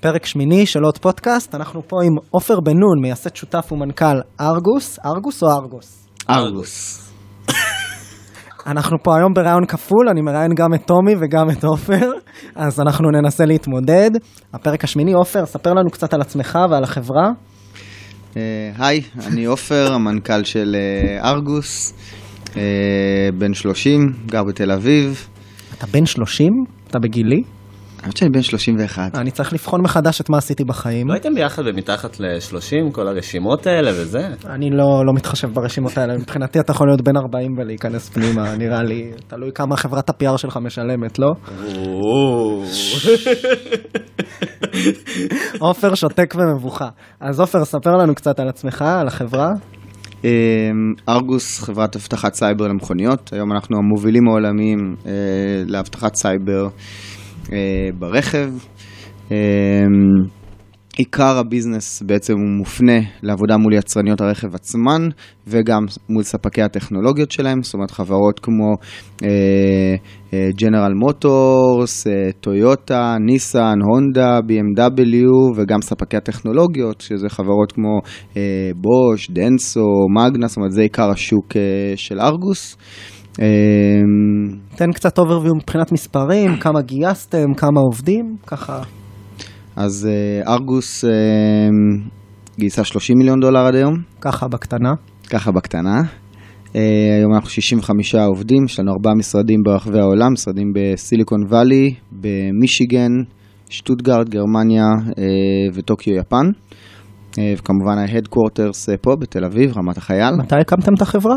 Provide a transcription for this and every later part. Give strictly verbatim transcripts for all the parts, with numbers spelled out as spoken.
פרק שמיני של עוד פודקאסט, אנחנו פה עם עופר בן נון, מייסד שותף ומנכ"ל ארגוס, ארגוס או ארגוס? ארגוס. אנחנו פה היום ברעיון כפול, אני מראיין גם את תומי וגם את עופר, אז אנחנו ננסה להתמודד. הפרק השמיני, עופר, ספר לנו קצת על עצמך ועל החברה. היי, אני עופר, המנכ"ל של ארגוס, בן שלושים, גר בתל אביב. אתה בן שלושים? אתה בגילי? אני חושב שאני בן שלושים ואחת. אני צריך לבחון מחדש את מה עשיתי בחיים. לא הייתם ביחד במתחת ל-שלושים, כל הרשימות האלה וזה? אני לא, לא מתחשב ברשימות האלה. מבחינתי אתה יכול להיות בן ארבעים ולהיכנס פנימה, נראה לי. תלוי כמה חברת ה-פי אר שלך משלמת, לא? עופר שותק ומבוכה. אז עופר, ספר לנו קצת על עצמך, על החברה. ארגוס, חברת הבטחת סייבר למכוניות. היום אנחנו המובילים העולמיים להבטחת סייבר ברכב. עיקר הביזנס בעצם הוא מופנה לעבודה מול יצרניות הרכב עצמן וגם מול ספקי הטכנולוגיות שלהם, זאת אומרת חברות כמו ג'נרל מוטורס, טויוטה, ניסן, הונדה, בי אם דאבליו וגם ספקי הטכנולוגיות שזה חברות כמו בוש, דנסו, מגנה, זאת אומרת זה עיקר השוק של ארגוס. תן קצת אוברוויו מבחינת מספרים, כמה גייסתם, כמה עובדים, ככה. אז ארגוס גייסה שלושים מיליון דולר עד היום. ככה בקטנה. ככה בקטנה. היום אנחנו שישים וחמישה עובדים, יש לנו ארבעה משרדים ברחבי העולם, משרדים בסיליקון ואלי, במישיגן, שטוטגרד, גרמניה וטוקיו, יפן. וכמובן ההדקוורטרס פה בתל אביב, רמת החייל. מתי הקמתם את החברה?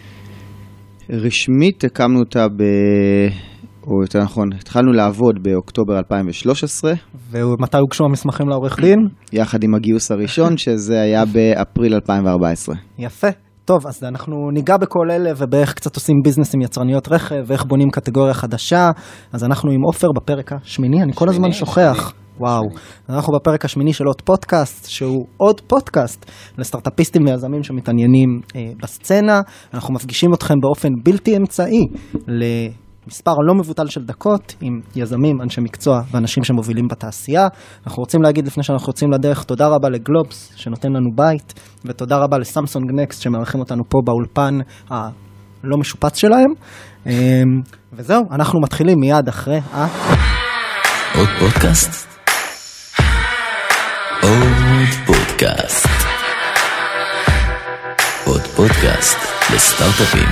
רשמית הקמנו אותה ב... או יותר נכון, התחלנו לעבוד באוקטובר אלפיים ושלוש עשרה. ומתי הוגשו המסמכים לעורך דין? יחד עם הגיוס הראשון, שזה היה באפריל אלפיים וארבע עשרה. יפה. טוב, אז אנחנו ניגע בכל אלה ובאיך קצת עושים ביזנס עם יצרניות רכב, ואיך בונים קטגוריה חדשה. אז אנחנו עם עופר בפרק השמיני, אני כל הזמן שוכח. וואו, אנחנו בפרק השמיני של עוד פודקאסט, שהוא עוד פודקאסט לסטארט-אפיסטים ויזמים שמתעניינים אה, בסצנה. אנחנו מפגישים אתכם באופן בלתי אמצעי למספר לא מבוטל של דקות עם יזמים, אנשי מקצוע ואנשים שמובילים בתעשייה. אנחנו רוצים להגיד לפני שאנחנו רוצים לדרך, תודה רבה לגלובס שנותן לנו בית, ותודה רבה לסמסונג נקסט שמארחים אותנו פה באולפן הלא משופץ שלהם. אה, וזהו, אנחנו מתחילים מיד אחרי אה? עוד פודקאסט? עוד פודקאסט. עוד פודקאסט לסטארט-אפים.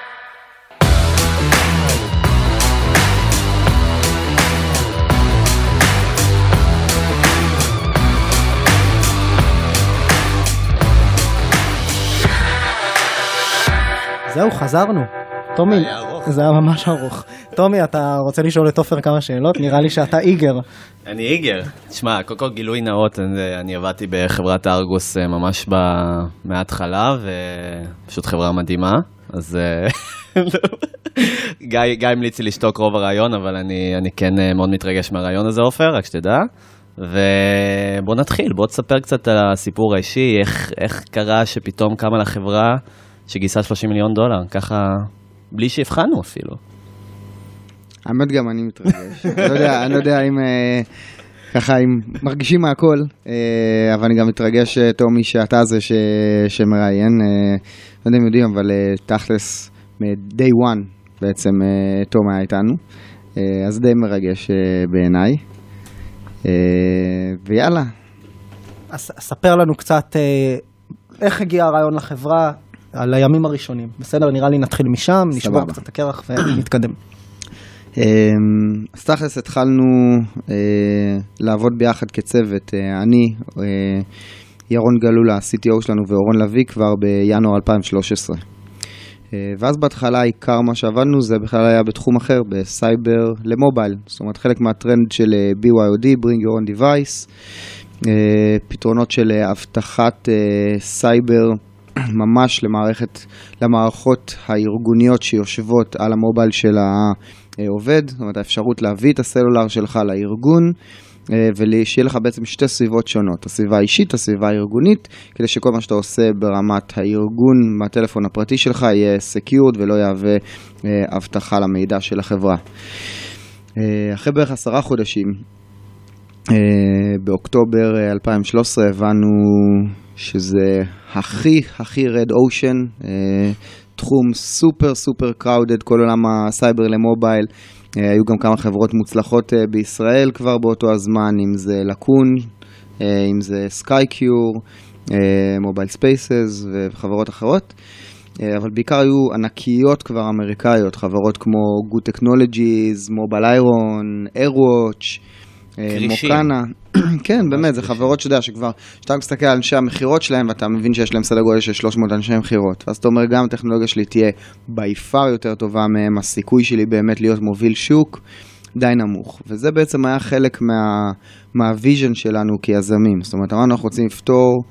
זהו, חזרנו. תומי, זה היה ממש ארוך. תומי, אתה רוצה לשאול את עופר כמה שאלות? נראה לי שאתה איגר. אני איגר. תשמע, קודם כל גילוי נאות, אני עבדתי בחברת ארגוס ממש מההתחלה, ופשוט חברה מדהימה. אז גיא המליץ לי לשתוק רוב הרעיון, אבל אני כן מאוד מתרגש מהרעיון הזה, עופר, רק שתדע. ובוא נתחיל, בוא תספר קצת על הסיפור האישי, איך קרה שפתאום קמה לחברה שגייסה שלושים מיליון דולר, ככה בלי שהבחנו אפילו. האמת גם אני מתרגש. אני לא יודע, אני לא יודע אם ככה, אם מרגישים מהכל, אבל אני גם מתרגש, תומי, שאתה זה שמראיין, לא יודע אם יודעים, אבל תכלס, מ-day one בעצם תומי היה איתנו, אז די מרגש בעיניי. ויאללה. אז ספר לנו קצת איך הגיע הרעיון לחברה, על הימים הראשונים. בסדר, נראה לי נתחיל משם, נשבור קצת הקרח ונתקדם. אז תכלס התחלנו לעבוד ביחד כצוות, אני, ירון גלולה, ה-סי טי או שלנו, ואורון לוי כבר בינואר אלפיים ושלוש עשרה. ואז בהתחלה העיקר מה שעבדנו זה בכלל היה בתחום אחר, בסייבר למובייל. זאת אומרת, חלק מהטרנד של בי וואי או די, Bring Your Own Device, פתרונות של הבטחת סייבר, ממש למערכת, למערכות הארגוניות שיושבות על המובייל של העובד, זאת אומרת האפשרות להביא את הסלולר שלך לארגון, ושיהיה לך בעצם שתי סביבות שונות, הסביבה האישית, הסביבה הארגונית, כדי שכל מה שאתה עושה ברמת הארגון מהטלפון הפרטי שלך יהיה סקיורד ולא יהווה הבטחה למידע של החברה. אחרי בערך עשרה חודשים, באוקטובר אלפיים ושלוש עשרה הבנו שזה הכי הכי רד אושן, תחום סופר סופר קראודד, כל עולם הסייבר למובייל. היו גם כמה חברות מוצלחות בישראל כבר באותו הזמן, אם זה לקון, אם זה סקייקיור, מובייל ספייסס וחברות אחרות. אבל בעיקר היו ענקיות כבר אמריקאיות, חברות כמו Good Technologies, Mobile Iron, AirWatch, מוקאנה. כן, באמת, זה חברות שדע שכבר, שאתה מסתכל על אנשי המחירות שלהם, ואתה מבין שיש להם סדר גודל של שלוש מאות אנשי מחירות. ואז אתה אומר, גם הטכנולוגיה שלי תהיה ביפר יותר טובה מהם, הסיכוי שלי באמת להיות מוביל שוק, די נמוך. וזה בעצם היה חלק מה, מהוויז'ן שלנו כיזמים. זאת אומרת, אמרנו, אנחנו רוצים לפתור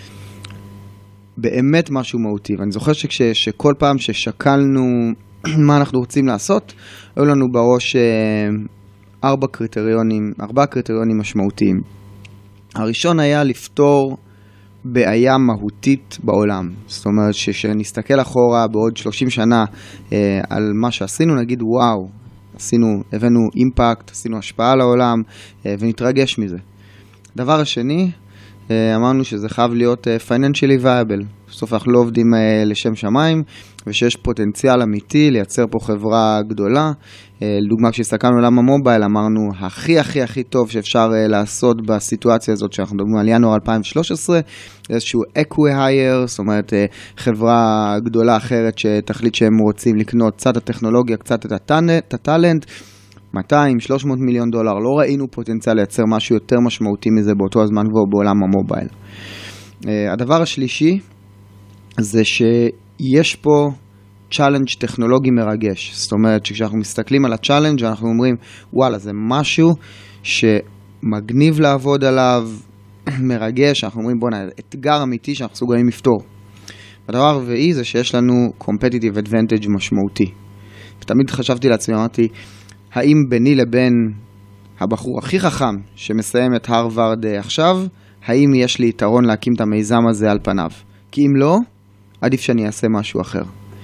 באמת משהו מהותי. ואני זוכר שכש, שכל פעם ששקלנו מה אנחנו רוצים לעשות, היו לנו בראש ארבע קריטריונים, ארבע קריטריונים משמעותיים. הראשון היה לפתור בעיה מהותית בעולם. זאת אומרת, שנסתכל אחורה בעוד שלושים שנה אה, על מה שעשינו, נגיד, וואו, עשינו, הבאנו אימפקט, עשינו השפעה על העולם, אה, ונתרגש מזה. דבר השני, אה, אמרנו שזה חייב להיות אה, financially viable. בסוף אנחנו לא עובדים אה, לשם שמיים, ושיש פוטנציאל אמיתי לייצר פה חברה גדולה. לדוגמה, כשהסתכלנו לעולם המובייל, אמרנו, הכי הכי הכי טוב שאפשר לעשות בסיטואציה הזאת, שאנחנו מדברים על ינואר אלפיים ושלוש עשרה, איזשהו אקווי-הייר, זאת אומרת, חברה גדולה אחרת שתחליט שהם רוצים לקנות קצת הטכנולוגיה, קצת את הטלנט, מאתיים שלוש מאות מיליון דולר. לא ראינו פוטנציאל לייצר משהו יותר משמעותי מזה באותו הזמן כבר בעולם המובייל. הדבר השלישי, זה שיש פה צ'אלנג' טכנולוגי מרגש. זאת אומרת, כשאנחנו מסתכלים על הצ'אלנג' אנחנו אומרים, וואלה, זה משהו שמגניב לעבוד עליו, מרגש, אנחנו אומרים, בוא נהיה, אתגר אמיתי שאנחנו סוגרים לפתור. הדבר הרביעי זה שיש לנו competitive advantage משמעותי. ותמיד חשבתי לעצמי, אמרתי, האם ביני לבין הבחור הכי חכם שמסיים את הרווארד עכשיו, האם יש לי יתרון להקים את המיזם הזה על פניו? כי אם לא, עדיף שאני אעשה משהו אחר.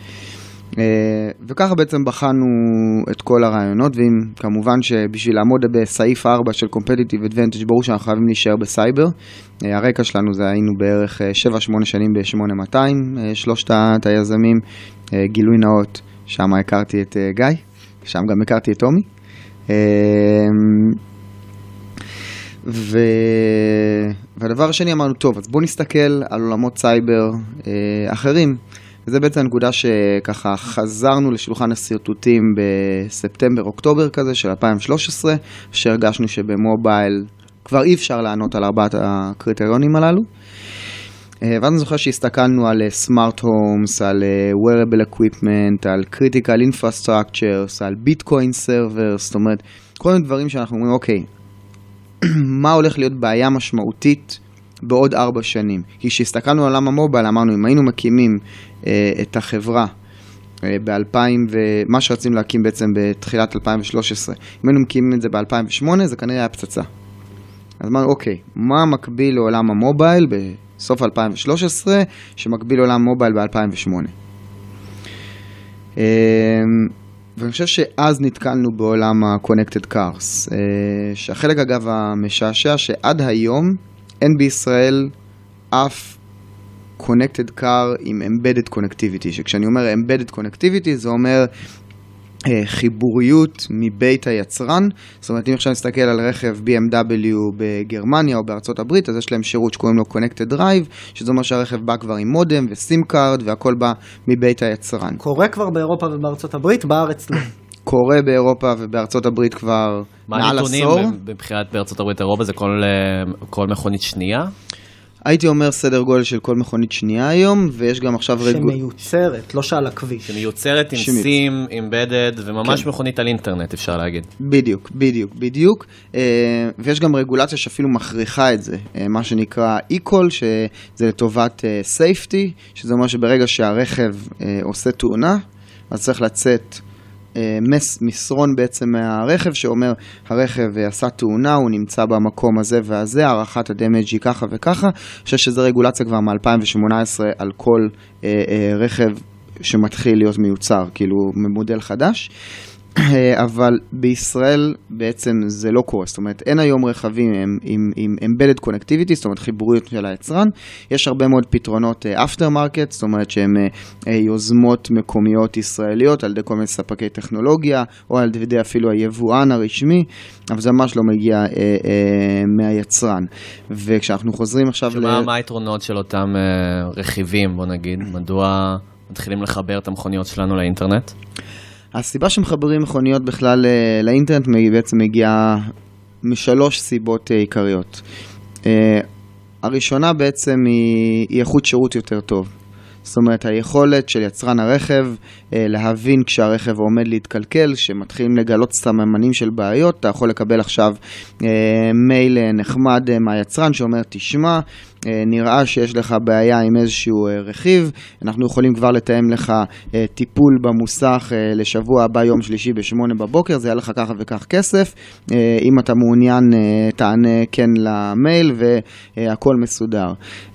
וככה בעצם בחנו את כל הרעיונות, ואם כמובן שבשביל לעמוד בסעיף ארבע של Competitive Advantage, ברור שאנחנו חייבים להישאר בסייבר. הרקע שלנו זה היינו בערך שבע שמונה שנים ב-שמונה מאתיים, שלושת היזמים, גילוי נאות, שם הכרתי את גיא, שם גם הכרתי את תומי. ו... והדבר השני אמרנו, טוב, אז בואו נסתכל על עולמות סייבר אחרים. וזה בעצם הנקודה שככה חזרנו לשולחן הסרטוטים בספטמבר-אוקטובר כזה של אלפיים ושלוש עשרה, שהרגשנו שבמובייל כבר אי אפשר לענות על ארבעת הקריטריונים הללו. ואז אני זוכר שהסתכלנו על סמארט הומס, על wearable equipment, על critical infrastructures, על ביטקוין servers, זאת אומרת, כל מיני דברים שאנחנו אומרים, אוקיי, מה הולך להיות בעיה משמעותית בעוד ארבע שנים? כי כשהסתכלנו על עולם המובייל, אמרנו, אם היינו מקימים אה, את החברה אה, ב-אלפיים, ומה שרצינו להקים בעצם בתחילת אלפיים ושלוש עשרה, אם היינו מקימים את זה ב-אלפיים ושמונה, זה כנראה היה פצצה. אז אמרנו, אוקיי, מה מקביל לעולם המובייל בסוף אלפיים ושלוש עשרה, שמקביל לעולם המובייל ב-אלפיים ושמונה? אה, ואני חושב שאז נתקלנו בעולם ה-Connected Cars, שהחלק אגב המשעשע שעד היום אין בישראל אף Connected Car עם Embedded Connectivity, שכשאני אומר Embedded Connectivity זה אומר חיבוריות מבית היצרן. זאת אומרת, אם עכשיו נסתכל על רכב בי אם דאבליו בגרמניה או בארצות הברית, אז יש להם שירות שקוראים לו Connected Drive, שזה אומר שהרכב בא כבר עם מודם וסים קארד והכל בא מבית היצרן. קורה כבר באירופה ובארצות הברית, בארץ לא. קורה באירופה ובארצות הברית כבר מעל עשור. מה הנתונים מבחינת בארצות הברית אירופה? זה כל, כל מכונית שנייה? הייתי אומר סדר גודל של כל מכונית שנייה היום, ויש גם עכשיו... שמיוצרת, לא שעל הכביש. שמיוצרת עם סים, אמבדד, וממש מכונית על אינטרנט, אפשר להגיד. בדיוק, בדיוק, בדיוק. ויש גם רגולציה שאפילו מכריחה את זה, מה שנקרא e-call, שזה לטובת safety, שזה אומר שברגע שהרכב עושה תאונה, אז צריך לצאת מס, מסרון בעצם מהרכב שאומר הרכב עשה תאונה, הוא נמצא במקום הזה והזה, הערכת הדמג' היא ככה וככה. אני חושב שזה רגולציה כבר מ-אלפיים ושמונה עשרה על כל אה, אה, רכב שמתחיל להיות מיוצר, כאילו ממודל חדש. אבל בישראל בעצם זה לא קורה, זאת אומרת אין היום רכבים עם, עם, עם embedded connectivity, זאת אומרת חיבוריות של היצרן, יש הרבה מאוד פתרונות after market, זאת אומרת שהם יוזמות מקומיות ישראליות על ידי כל מיני ספקי טכנולוגיה, או על ידי אפילו היבואן הרשמי, אבל זה ממש לא מגיע אה, אה, מהיצרן. וכשאנחנו חוזרים עכשיו... שמה, ל... מה היתרונות של אותם אה, רכיבים, בוא נגיד? מדוע מתחילים לחבר את המכוניות שלנו לאינטרנט? הסיבה שמחברים מכוניות בכלל לאינטרנט בעצם מגיעה משלוש סיבות עיקריות. הראשונה בעצם היא, היא איכות שירות יותר טוב. זאת אומרת, היכולת של יצרן הרכב להבין כשהרכב עומד להתקלקל, שמתחילים לגלות סממנים של בעיות, אתה יכול לקבל עכשיו מייל נחמד מהיצרן שאומר, תשמע, נראה שיש לך בעיה עם איזשהו רכיב, אנחנו יכולים כבר לתאם לך טיפול במוסך לשבוע הבא יום שלישי בשמונה בבוקר, זה יהיה לך ככה וכך כסף, אם אתה מעוניין תענה כן למייל והכל מסודר.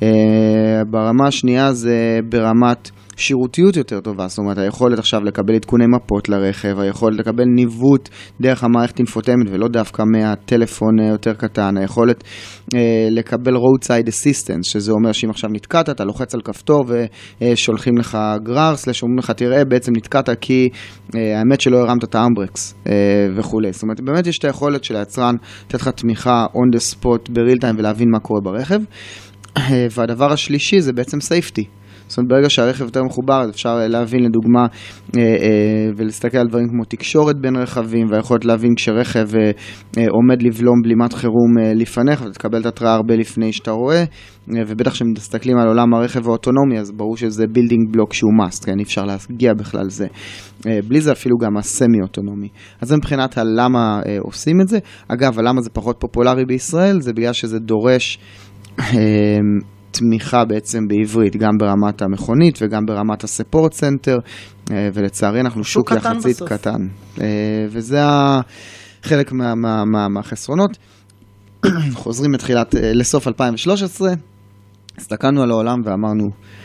ברמה השנייה זה ברמת שירותיות יותר טובה, זאת אומרת, היכולת עכשיו לקבל עדכוני מפות לרכב, היכולת לקבל ניווט דרך המערכת אינפוטיימנט ולא דווקא מהטלפון יותר קטן, היכולת אה, לקבל roadside assistance, שזה אומר שאם עכשיו נתקעת, אתה לוחץ על כפתור ושולחים לך גרר, סלש אומרים לך, תראה, בעצם נתקעת כי אה, האמת שלא הרמת את האמברקס אה, וכו'. זאת אומרת, באמת יש את היכולת של היצרן לתת לך תמיכה on the spot בריל טיים ולהבין מה קורה ברכב. אה, והדבר השלישי זה בעצם safety. זאת אומרת, ברגע שהרכב יותר מחובר, אפשר להבין לדוגמה אה, אה, ולהסתכל על דברים כמו תקשורת בין רכבים, והיכולת להבין כשרכב אה, אה, עומד לבלום בלימת חירום אה, לפניך, ותקבל את התראה הרבה לפני שאתה רואה, אה, ובטח כשמסתכלים על עולם הרכב האוטונומי, אז ברור שזה building block שהוא must, כן? אי אפשר להגיע בכלל זה. אה, בלי זה אפילו גם הסמי-אוטונומי. אז זה מבחינת הלמה אה, עושים את זה. אגב, הלמה זה פחות פופולרי בישראל, זה בגלל שזה דורש... אה, תמיכה בעצם בעברית, גם ברמת המכונית וגם ברמת הספורט סנטר, ולצערי אנחנו שוק יחסית קטן. וזה חלק מה, מה, מה, מהחסרונות. חוזרים לתחילת, לסוף אלפיים ושלוש עשרה, הסתכלנו על העולם ואמרנו,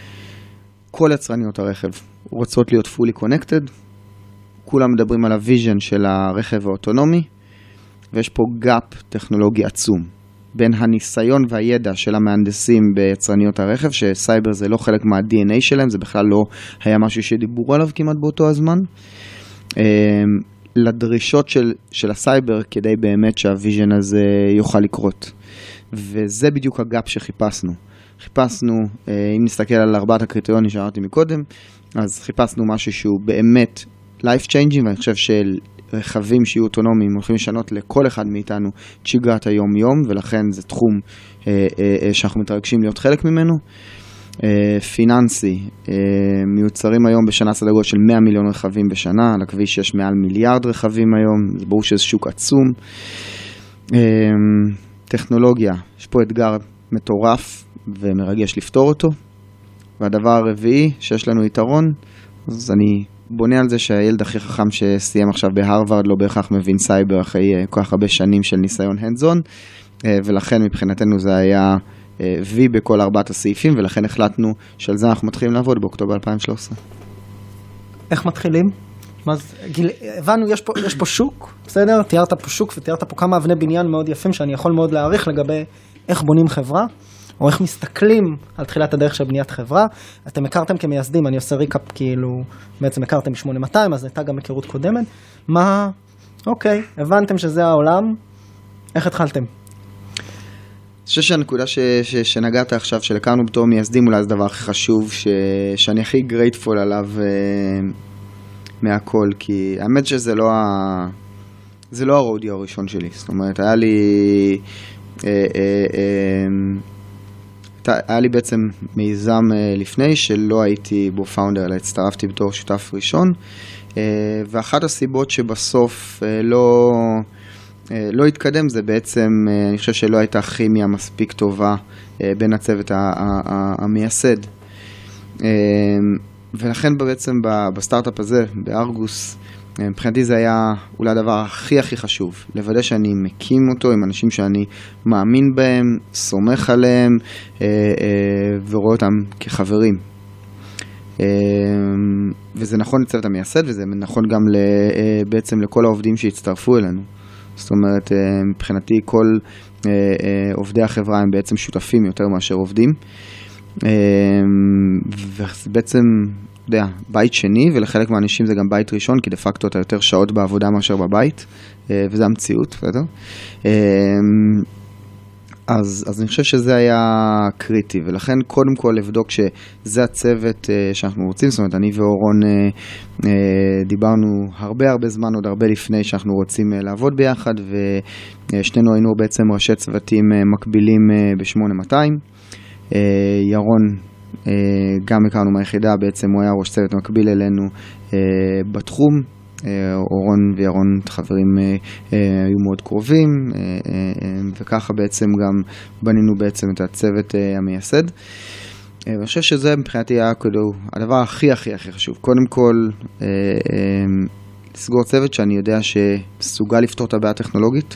כל יצרניות הרכב רוצות להיות fully connected, כולם מדברים על הוויז'ן של הרכב האוטונומי, ויש פה גאפ טכנולוגי עצום. בין הניסיון והידע של המהנדסים ביצרניות הרכב, שסייבר זה לא חלק מה-די אן איי שלהם, זה בכלל לא היה משהו שדיברו עליו כמעט באותו הזמן, לדרישות של, של הסייבר, כדי באמת שהוויז'ן הזה יוכל לקרות. וזה בדיוק הגאפ שחיפשנו. חיפשנו, אם נסתכל על ארבעת הקריטריונים שאמרתי מקודם, אז חיפשנו משהו שהוא באמת life changing, ואני חושב של... רכבים שיהיו אוטונומיים הולכים לשנות לכל אחד מאיתנו את שגרת היום-יום, ולכן זה תחום אה, אה, שאנחנו מתרגשים להיות חלק ממנו. אה, פיננסי, אה, מיוצרים היום בשנה סדר גודל של מאה מיליון רכבים בשנה, על הכביש יש מעל מיליארד רכבים היום, זה ברור שזה שוק עצום. אה, טכנולוגיה, יש פה אתגר מטורף ומרגש לפתור אותו. והדבר הרביעי שיש לנו יתרון, אז אני... בונה על זה שהילד הכי חכם שסיים עכשיו בהרווארד לא בהכרח מבין סייבר אחרי כל כך הרבה שנים של ניסיון הנדזון, ולכן מבחינתנו זה היה וי בכל ארבעת הסעיפים, ולכן החלטנו שעל זה אנחנו מתחילים לעבוד באוקטובר אלפיים ושלוש עשרה. איך מתחילים? מה זה, גיל, הבנו, יש פה, יש פה שוק, בסדר? תיארת פה שוק ותיארת פה כמה אבני בניין מאוד יפים שאני יכול מאוד להעריך לגבי איך בונים חברה, או איך מסתכלים על תחילת הדרך של בניית חברה. אתם הכרתם כמייסדים, אני עושה ריקאפ, כאילו, בעצם הכרתם ב-שמונה מאתיים, אז הייתה גם היכרות קודמת. מה, אוקיי, הבנתם שזה העולם, איך התחלתם? אני חושב שהנקודה ש, ש, שנגעת עכשיו, שלקרנו בתור מייסדים, אולי זה הדבר הכי חשוב, ש, שאני הכי גרייטפול עליו uh, מהכל, כי האמת שזה לא, ה, זה לא הרודיו הראשון שלי. זאת אומרת, היה לי... Uh, uh, uh, היה לי בעצם מיזם לפני שלא הייתי בו פאונדר, אלא הצטרפתי בתור שותף ראשון, ואחת הסיבות שבסוף לא, לא התקדם זה בעצם, אני חושב שלא הייתה כימיה מספיק טובה בין הצוות המייסד. ולכן בעצם בסטארט-אפ הזה, בארגוס, מבחינתי זה היה אולי הדבר הכי הכי חשוב, לוודא שאני מקים אותו עם אנשים שאני מאמין בהם, סומך עליהם אה, אה, ורואה אותם כחברים. וזה נכון לצוות המייסד, וזה נכון גם בעצם לכל העובדים שהצטרפו אלינו. זאת אומרת, מבחינתי כל עובדי החברה הם בעצם שותפים יותר מאשר עובדים. וזה בעצם, אתה יודע, בית שני, ולחלק מהאנשים זה גם בית ראשון, כי דה פקטו אתה יותר שעות בעבודה מאשר בבית, וזה המציאות, בסדר? אז, אז אני חושב שזה היה קריטי, ולכן קודם כל לבדוק שזה הצוות שאנחנו רוצים, זאת אומרת, אני ואורון דיברנו הרבה הרבה זמן, עוד הרבה לפני שאנחנו רוצים לעבוד ביחד, ושנינו היינו בעצם ראשי צוותים מקבילים ב-שמונה מאתיים. ירון, גם הכרנו מהיחידה, בעצם הוא היה ראש צוות מקביל אלינו בתחום, אורון וירון חברים היו מאוד קרובים, וככה בעצם גם בנינו בעצם את הצוות המייסד. ואני חושב שזה מבחינתי היה הדבר הכי הכי הכי חשוב. קודם כל, לסגור צוות שאני יודע שסוגל לפתור את הבעיה הטכנולוגית.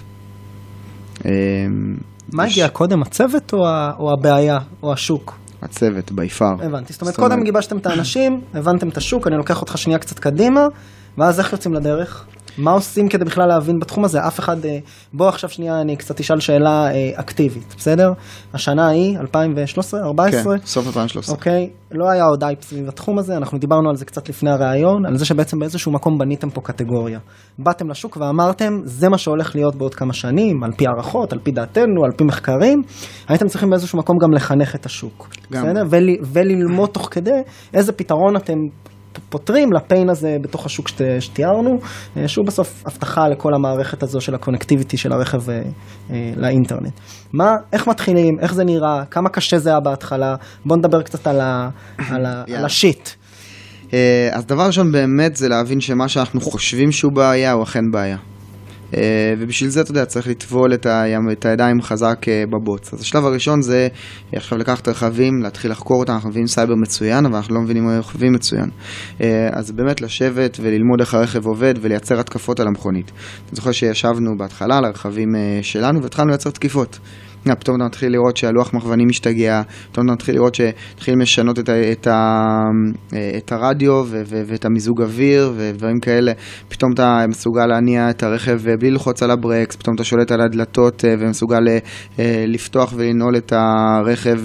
מה הגיע קודם, הצוות או הבעיה או השוק? הצוות, ביפר. הבנתי, זאת אומרת, קודם גיבשתם את האנשים, הבנתם את השוק, אני לוקח אותך שנייה קצת קדימה, ואז איך יוצאים לדרך? מה עושים כדי בכלל להבין בתחום הזה? אף אחד, בוא עכשיו שנייה, אני קצת אשאל שאלה אקטיבית, בסדר? השנה היא אלפיים ושלוש עשרה, ארבע עשרה? כן, סוף אלפיים ושלוש עשרה. אוקיי, לא היה עוד אייפ סביב התחום הזה, אנחנו דיברנו על זה קצת לפני הרעיון, על זה שבעצם באיזשהו מקום בניתם פה קטגוריה. באתם לשוק ואמרתם, זה מה שהולך להיות בעוד כמה שנים, על פי הערכות, על פי דעתנו, על פי מחקרים, הייתם צריכים באיזשהו מקום גם לחנך את השוק. בסדר? ול, וללמוד תוך כדי איזה פתרון אתם פותרים לפיין הזה בתוך השוק שתיארנו, שהוא בסוף הבטחה לכל המערכת הזו של הקונקטיביטי של הרכב לאינטרנט. מה, איך מתחילים, איך זה נראה, כמה קשה זה היה בהתחלה, בוא נדבר קצת על, ה, על, ה, על השיט. אז דבר ראשון באמת זה להבין שמה שאנחנו חושבים שהוא בעיה הוא אכן בעיה. ובשביל זה, אתה יודע, צריך לטבול את, ה... את הידיים חזק בבוץ. אז השלב הראשון זה עכשיו לקחת רכבים, להתחיל לחקור אותם, אנחנו מבינים סייבר מצוין, אבל אנחנו לא מבינים רכבים מצוין. אז באמת לשבת וללמוד איך הרכב עובד ולייצר התקפות על המכונית. אני זוכר שישבנו בהתחלה על הרכבים שלנו והתחלנו לייצר תקיפות. פתאום אתה מתחיל לראות שהלוח מכוונים משתגע, פתאום אתה מתחיל לראות שהתחיל לשנות את, ה, את, ה, את הרדיו ו, ו, ואת המיזוג אוויר ודברים כאלה, פתאום אתה מסוגל להניע את הרכב בלי ללחוץ על הברקס, פתאום אתה שולט על הדלתות ומסוגל לפתוח ולנעול את הרכב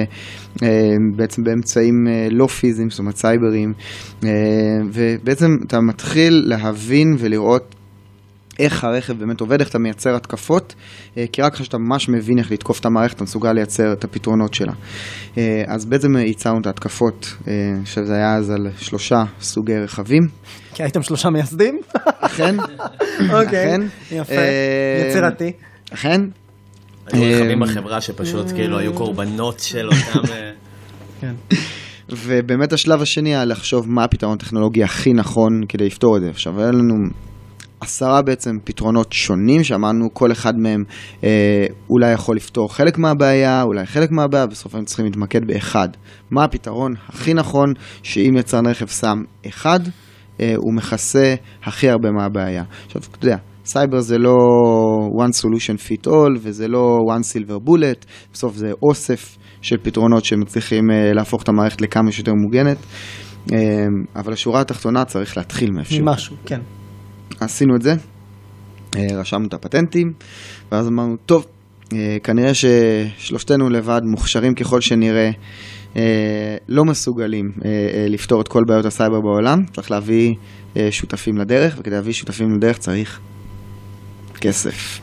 בעצם באמצעים לא פיזיים, זאת אומרת סייברים, ובעצם אתה מתחיל להבין ולראות איך הרכב באמת עובד, איך אתה מייצר התקפות, כי רק כשאתה ממש מבין איך לתקוף את המערכת, אתה מסוגל לייצר את הפתרונות שלה. אז בעצם ייצרנו את ההתקפות, שזה היה אז על שלושה סוגי רכבים. כי הייתם שלושה מייסדים? אכן. אוקיי, יפה, יצירתי. אכן. היו רכבים בחברה שפשוט כאילו היו קורבנות של אותם... כן. ובאמת השלב השני היה לחשוב מה הפתרון הטכנולוגי הכי נכון כדי לפתור את זה. עכשיו, היה לנו עשרה בעצם פתרונות שונים, שאמרנו כל אחד מהם אה, אולי יכול לפתור חלק מהבעיה, אולי חלק מהבעיה, בסוף הם צריכים להתמקד באחד. מה הפתרון הכי נכון, שאם יצרן רכב שם אחד, אה, הוא מכסה הכי הרבה מהבעיה. עכשיו, אתה יודע, סייבר זה לא one solution fit all, וזה לא one silver bullet, בסוף זה אוסף של פתרונות שמצליחים אה, להפוך את המערכת לכמה שיותר מוגנת, אה, אבל השורה התחתונה צריך להתחיל מאפשר. משהו, כן. עשינו את זה, רשמנו את הפטנטים, ואז אמרנו, טוב, כנראה ששלושתנו לבד, מוכשרים ככל שנראה, לא מסוגלים לפתור את כל בעיות הסייבר בעולם, צריך להביא שותפים לדרך, וכדי להביא שותפים לדרך צריך כסף.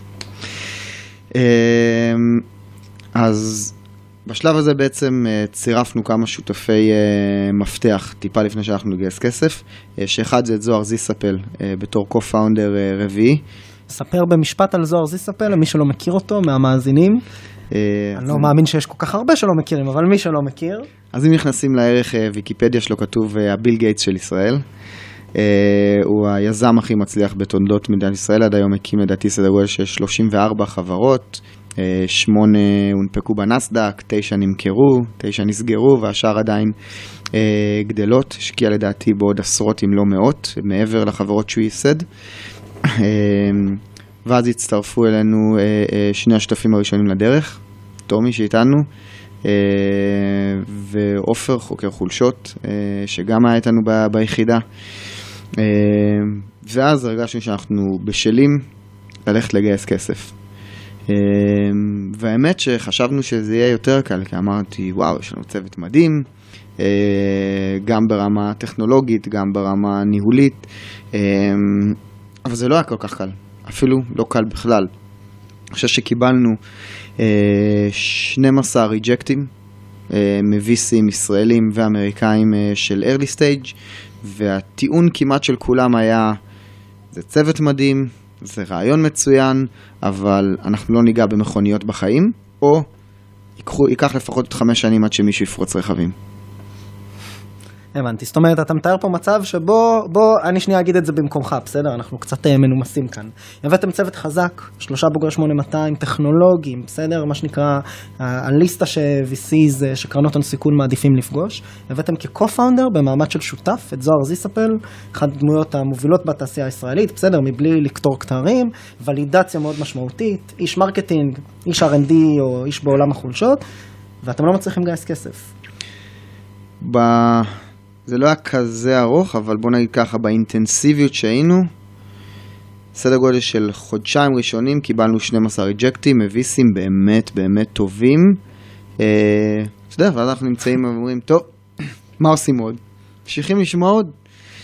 אז בשלב הזה בעצם צירפנו כמה שותפי מפתח טיפה לפני שאנחנו נגייס כסף, שאחד זה את זוהר זיסאפל בתור קו-פאונדר רביעי. ספר במשפט על זוהר זיסאפל, למי שלא מכיר אותו מהמאזינים. אני לא מאמין שיש כל כך הרבה שלא מכירים, אבל מי שלא מכיר. אז אם נכנסים לערך ויקיפדיה שלו כתוב הביל גייטס של ישראל. הוא היזם הכי מצליח בתולדות מדינת ישראל, עד היום הקים לדעתי סדר גודל של שלושים וארבע חברות, שמונה הונפקו בנסדק, תשע נמכרו, תשע נסגרו, והשאר עדיין אה, גדלות, השקיע לדעתי בעוד עשרות אם לא מאות, מעבר לחברות שהוא ייסד. אה, ואז הצטרפו אלינו אה, אה, שני השותפים הראשונים לדרך, תומי שאיתנו, ואופר חוקר חולשות, שגם היה איתנו ביחידה. ואז הרגשנו שאנחנו בשלים ללכת לגייס כסף. והאמת שחשבנו שזה יהיה יותר קל, כי אמרתי, וואו, יש לנו צוות מדהים, גם ברמה טכנולוגית, גם ברמה ניהולית, אבל זה לא היה כל כך קל, אפילו לא קל בכלל. אני חושב שקיבלנו שנים עשר ריג'קטים, מ-וי סים ישראלים ואמריקאים של early stage, והטיעון כמעט של כולם היה, זה צוות מדהים, זה רעיון מצוין, אבל אנחנו לא ניגע במכוניות בחיים, או ייקחו, ייקח לפחות חמש שנים עד שמישהו יפרוץ רכבים. הבנתי, זאת אומרת, אתה מתאר פה מצב שבו, בוא, אני שנייה אגיד את זה במקומך, בסדר? אנחנו קצת מנומסים כאן. הבאתם צוות חזק, שלושה בוגרי שמונה מאתיים, טכנולוגיים, בסדר? מה שנקרא, הליסטה ש-וי סיז, שקרנות הון סיכון מעדיפים לפגוש. הבאתם כ-co-founder במעמד של שותף, את זוהר זיספל, אחת הדמויות המובילות בתעשייה הישראלית, בסדר? מבלי לקטור כתרים, ולידציה מאוד משמעותית, איש מרקטינג, איש אר אנד די או איש בעולם החולשות, ואתם לא מצליחים לגייס כסף. ב... זה לא היה כזה ארוך, אבל בוא נגיד ככה, באינטנסיביות שהיינו, סדר גודל של חודשיים ראשונים, קיבלנו שנים עשר ריג'קטים, מ-וי סים באמת באמת טובים. אתה יודע, ואז אנחנו נמצאים ואומרים, טוב, מה עושים עוד? ממשיכים לשמוע עוד.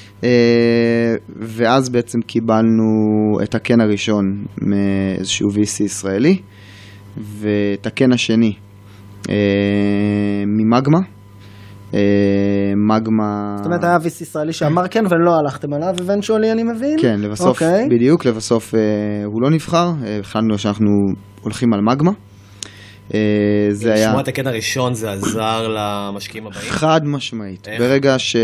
ואז בעצם קיבלנו את הקן הראשון מאיזשהו וי סי ישראלי, ואת הקן השני ממגמה. מגמה... זאת אומרת, היה וי סי ישראלי שאמר כן ולא הלכתם עליו, eventually אני מבין? כן, לבסוף, בדיוק, לבסוף הוא לא נבחר, החלטנו שאנחנו הולכים על מגמה. זה היה... לשמוע את הקטע הראשון זה עזר למשקיעים הבאים? חד משמעית. ברגע ש...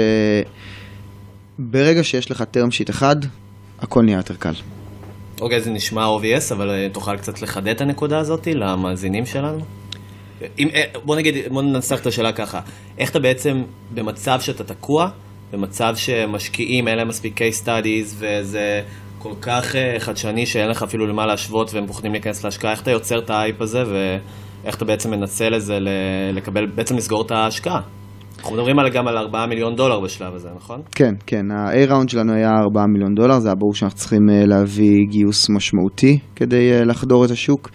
ברגע שיש לך טרם שיט אחד, הכל נהיה יותר קל. אוקיי, זה נשמע אובייס, אבל תוכל קצת לחדד את הנקודה הזאת למאזינים שלנו? אם, בוא נגיד, בוא ננסח את השאלה ככה, איך אתה בעצם במצב שאתה תקוע, במצב שמשקיעים, אין להם מספיק case studies, וזה כל כך חדשני שאין לך אפילו למה להשוות, והם פוחדים להיכנס להשקעה, איך אתה יוצר את האייפ הזה, ואיך אתה בעצם מנצל לזה, לקבל, בעצם לסגור את ההשקעה? אנחנו מדברים על, גם על ארבעה מיליון דולר בשלב הזה, נכון? כן, כן, ה-A ראונד שלנו היה ארבעה מיליון דולר, זה היה ברור שאנחנו צריכים להביא גיוס משמעותי, כדי לחדור את השוק.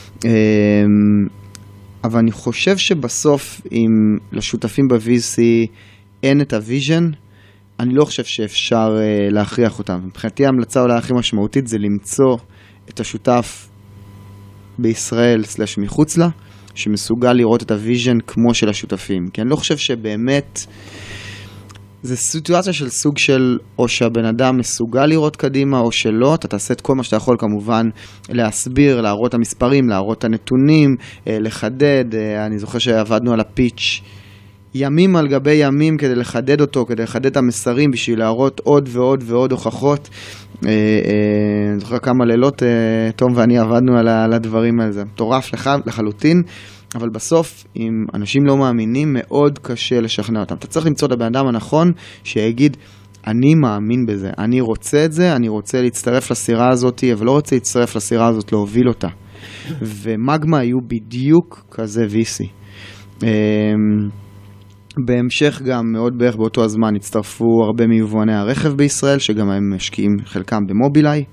אבל אני חושב שבסוף, אם לשותפים ב-וי סי אין את הוויז'ן, אני לא חושב שאפשר uh, להכריח אותם. מבחינתי ההמלצה אולי הכי משמעותית זה למצוא את השותף בישראל סלש מחוץ לה, שמסוגל לראות את הוויז'ן כמו של השותפים. כי אני לא חושב שבאמת, זה סיטואציה של סוג של, או שהבן אדם מסוגל לראות קדימה, או שלא, אתה תעשה את כל מה שאתה יכול כמובן להסביר, להראות את המספרים, להראות את הנתונים, לחדד. אני זוכר שעבדנו על הפיץ' ימים על גבי ימים כדי לחדד אותו, כדי לחדד את המסרים, בשביל להראות עוד ועוד ועוד הוכחות. אני זוכר כמה לילות, תום ואני עבדנו על הדברים האלה, זה מטורף לחלוטין. אבל בסוף, אם אנשים לא מאמינים, מאוד קשה לשכנע אותם. אתה צריך למצוא את הבן אדם הנכון, שיגיד, אני מאמין בזה, אני רוצה את זה, אני רוצה להצטרף לסירה הזאת, אבל לא רוצה להצטרף לסירה הזאת, להוביל אותה. ומגמה היו בדיוק כזה וי סי. בהמשך גם, מאוד בערך באותו הזמן, הצטרפו הרבה מיבואני הרכב בישראל, שגם הם משקיעים חלקם במובילאיי,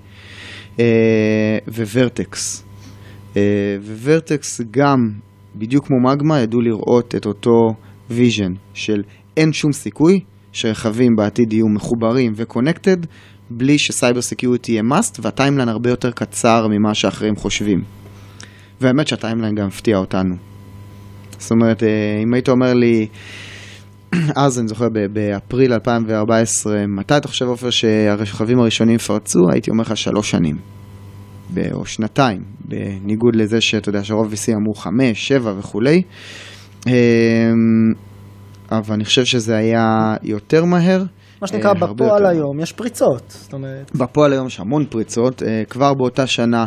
וורטקס. וורטקס גם, בדיוק כמו מגמה, ידעו לראות את אותו ויז'ן של אין שום סיכוי שרכבים בעתיד יהיו מחוברים וקונקטד, בלי שסייבר סקיוריטי יהיה מאסט, והטיימליין הרבה יותר קצר ממה שאחרים חושבים. והאמת שהטיימליין גם הפתיע אותנו. זאת אומרת, אם היית אומר לי, אז אני זוכר באפריל אלפיים וארבע עשרה, מתי אתה חושב אופר שהרכבים הראשונים פרצו? הייתי אומר לך שלוש שנים. או שנתיים, בניגוד לזה שאתה יודע שרוב וי סי אמרו חמש, שבע וכולי. אבל אני חושב שזה היה יותר מהר, מה שנקרא בפועל היום, יש פריצות. זאת אומרת... בפועל היום יש המון פריצות. כבר באותה שנה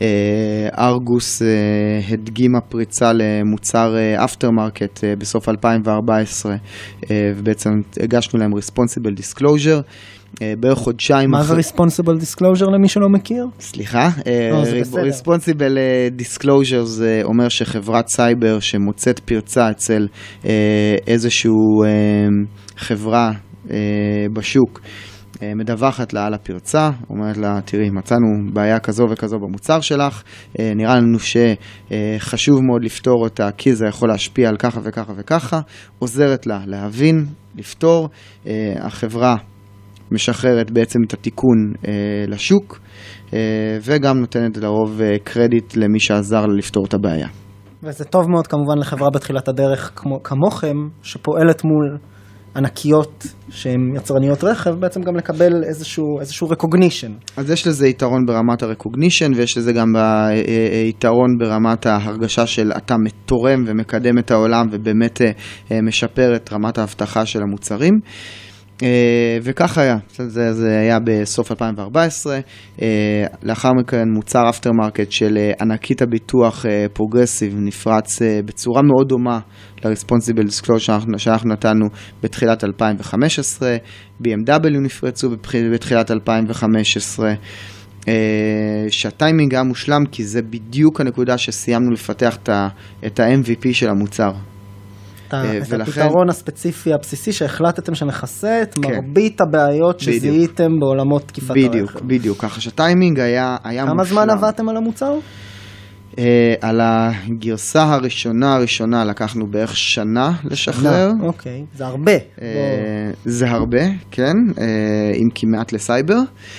ארגוס הדגימה פריצה למוצר אפטר מרקט בסוף אלפיים וארבע עשרה, ובעצם הגשנו להם Responsible Disclosure. בערך חודשיים... מה זה Responsible Disclosure למי שלא מכיר? סליחה, Responsible Disclosure זה אומר שחברת סייבר שמוצאת פרצה אצל איזשהו חברה בשוק, מדווחת לה על הפרצה, אומרת לה, תראי, מצאנו בעיה כזו וכזו במוצר שלך, נראה לנו שחשוב מאוד לפתור אותה, כי זה יכול להשפיע על ככה וככה וככה, עוזרת לה להבין, לפתור, החברה משחררת בעצם את התיקון אה, לשוק, אה, וגם נותנת לרוב אה, קרדיט למי שעזר לה לפתור את הבעיה. וזה טוב מאוד כמובן לחברה בתחילת הדרך כמו, כמוכם, שפועלת מול ענקיות שהן יצרניות רכב, בעצם גם לקבל איזשהו, איזשהו recognition. אז יש לזה יתרון ברמת ה-recognition, ויש לזה גם יתרון ברמת ההרגשה של אתה תורם ומקדם את העולם, ובאמת אה, משפר את רמת ההבטחה של המוצרים. Uh, וכך היה, זה, זה היה בסוף אלפיים וארבע עשרה, uh, לאחר מכן מוצר אפטר מרקט של uh, ענקית הביטוח פרוגרסיב uh, נפרץ uh, בצורה מאוד דומה ל-Responsible Disclosure שאנחנו, שאנחנו נתנו בתחילת אלפיים וחמש עשרה, בי אם דאבליו נפרצו בתחילת אלפיים וחמש עשרה, uh, שהטיימינג היה מושלם כי זה בדיוק הנקודה שסיימנו לפתח את ה-אם וי פי של המוצר. את הפתרון הספציפי הבסיסי שהחלטתם שמכסה את מרבית הבעיות שזיהיתם בעולמות תקיפת הרכב. בדיוק, בדיוק. ככה שטיימינג היה מושלם. כמה זמן עבדתם על המוצר? על הגרסה הראשונה הראשונה לקחנו בערך שנה לשחרר. אוקיי, זה הרבה. זה הרבה, כן, אם כמעט לסייבר.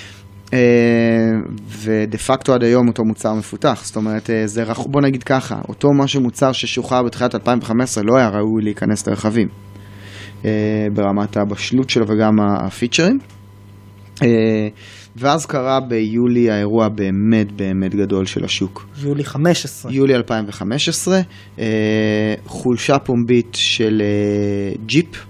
ודה פקטו עד היום אותו מוצר מפותח, זאת אומרת, זה רחוק, בוא נגיד ככה, אותו משהו מוצר ששוחרר בתחילת אלפיים וחמש עשרה לא היה ראוי להיכנס לרכבים ברמת הבשלות שלו וגם הפיצ'רים. ואז קרה ביולי האירוע באמת באמת גדול של השוק. יולי חמש עשרה. יולי אלפיים וחמש עשרה, חולשה פומבית של ג'יפ,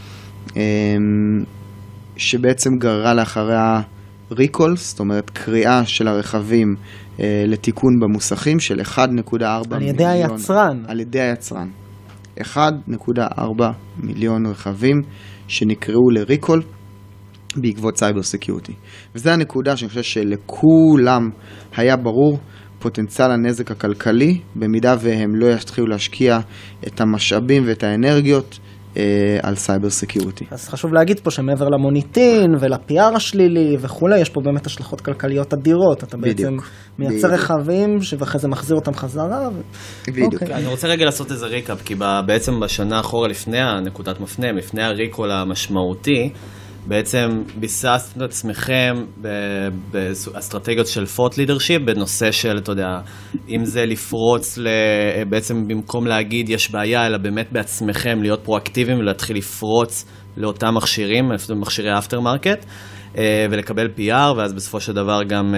שבעצם גררה לאחריה ריקול, זאת אומרת קריאה של הרכבים אה, לתיקון במוסכים של אחד נקודה ארבע מיליון. על ידי היצרן. על ידי היצרן. אחד נקודה ארבע מיליון רכבים שנקראו לריקול בעקבות סייבר סקיוריטי. וזו הנקודה שאני חושב שלכולם היה ברור פוטנציאל הנזק הכלכלי, במידה והם לא יתחילו להשקיע את המשאבים ואת האנרגיות על סייבר סקיוריטי. אז חשוב להגיד פה שמעבר למוניטין ול-פי אר השלילי וכולי, יש פה באמת השלכות כלכליות אדירות. אתה בעצם מייצר רכבים ואחרי זה מחזיר אותם חזרה. בדיוק. אני רוצה רגע לעשות איזה ריקאפ, כי בעצם בשנה אחורה לפני הנקודת מפנה, לפני הריקול המשמעותי, בעצם ביססתם את עצמכם באסטרטגיות של פורט לידרשיפ, בנושא של, אתה יודע, אם זה לפרוץ, בעצם במקום להגיד יש בעיה, אלא באמת בעצמכם להיות פרואקטיביים ולהתחיל לפרוץ לאותם מכשירים, מכשירי אפטר מרקט, ולקבל פי אר, ואז בסופו של דבר גם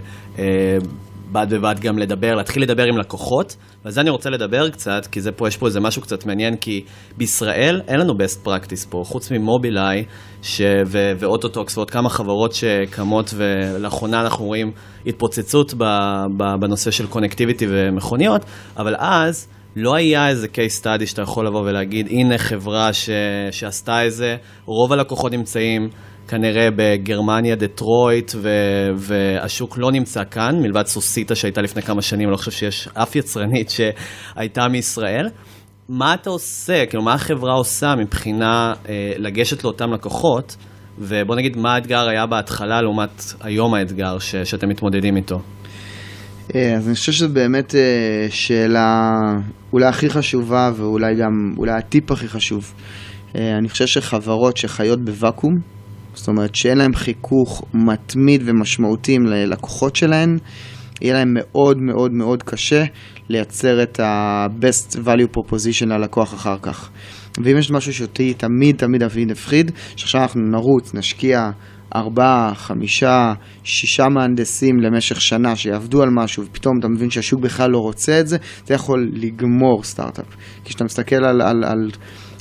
בד בבד גם לדבר, להתחיל לדבר עם לקוחות, ועל זה אני רוצה לדבר קצת, כי זה פה, יש פה איזה משהו קצת מעניין, כי בישראל אין לנו best practice פה, חוץ ממובילאיי ו- ואוטוטוקס ועוד כמה חברות שקמות, ולאחרונה אנחנו רואים התפוצצות ב- ב- בנושא של קונקטיביטי ומכוניות, אבל אז לא היה איזה case study שאתה יכול לבוא ולהגיד, הנה חברה ש- שעשתה איזה, רוב הלקוחות נמצאים, כנראה בגרמניה, דטרויט, ו- והשוק לא נמצא כאן, מלבד סוסיטה שהייתה לפני כמה שנים, אני לא חושב שיש אף יצרנית שהייתה מישראל. מה אתה עושה? כאילו, מה החברה עושה מבחינה אה, לגשת לאותם לקוחות, ובוא נגיד מה האתגר היה בהתחלה, לעומת היום האתגר ש- שאתם מתמודדים איתו? אז אני חושב שזו באמת שאלה אולי הכי חשובה, ואולי גם, אולי הטיפ הכי חשוב. אני חושב שחברות שחיות בוואקום, זאת אומרת שאין להם חיכוך מתמיד ומשמעותי ללקוחות שלהן, יהיה להם מאוד מאוד מאוד קשה לייצר את ה-best value proposition ללקוח אחר כך. ואם יש משהו שאותי תמיד תמיד תמיד הפחיד, שעכשיו אנחנו נרוץ, נשקיע ארבעה, חמישה, שישה מהנדסים למשך שנה שיעבדו על משהו, ופתאום אתה מבין שהשוק בכלל לא רוצה את זה, זה יכול לגמור סטארט-אפ. כי כשאתה מסתכל על, על, על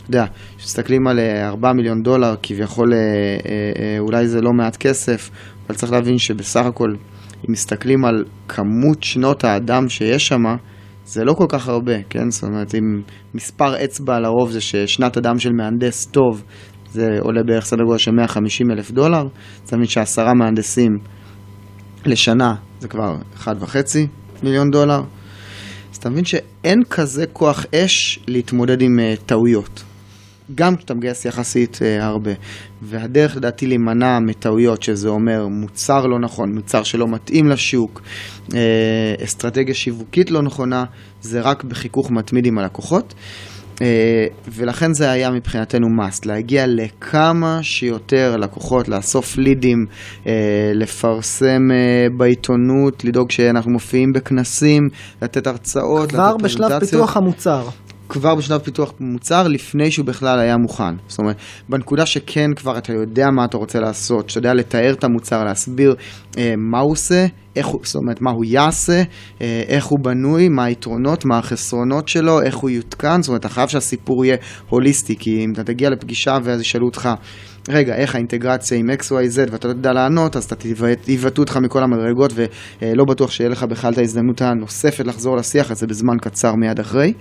יודע, כשמסתכלים על ארבעה מיליון דולר, כביכול אולי זה לא מעט כסף, אבל צריך להבין שבסך הכל, אם מסתכלים על כמות שנות האדם שיש שם, זה לא כל כך הרבה, כן? זאת אומרת, אם מספר אצבע לרוב זה ששנת אדם של מהנדס טוב, זה עולה בערך סדר גודל של מאה וחמישים אלף דולר, זאת אומרת שעשרה מהנדסים לשנה זה כבר אחד וחצי מיליון דולר. אז אתה מבין שאין כזה כוח אש להתמודד עם uh, טעויות. גם כשאתה מגייס יחסית uh, הרבה. והדרך לדעתי להימנע מטעויות, שזה אומר מוצר לא נכון, מוצר שלא מתאים לשוק, uh, אסטרטגיה שיווקית לא נכונה, זה רק בחיכוך מתמיד עם הלקוחות. Uh, ולכן זה היה מבחינתנו must, להגיע לכמה שיותר לקוחות, לאסוף לידים, uh, לפרסם uh, בעיתונות, לדאוג שאנחנו מופיעים בכנסים, לתת הרצאות, כבר בשלב פיתוח המוצר. כבר בשלב פיתוח מוצר, לפני שהוא בכלל היה מוכן. זאת אומרת, בנקודה שכן כבר אתה יודע מה אתה רוצה לעשות, שאתה יודע לתאר את המוצר, להסביר אה, מה הוא עושה, איך הוא, זאת אומרת, מה הוא יעשה, אה, איך הוא בנוי, מה היתרונות, מה החסרונות שלו, איך הוא יותקן, זאת אומרת, אתה חייב שהסיפור יהיה הוליסטי, כי אם אתה תגיע לפגישה ואז ישאלו אותך, רגע, איך האינטגרציה עם אקס וואי זד, ואתה לא תדע לענות, אז אתה תיבטו אותך מכל המדרגות, ולא בטוח שיהיה לך בכלל את ההזדמנות הנוספת לחזור לשיח, אז זה בזמן קצר מיד אחרי.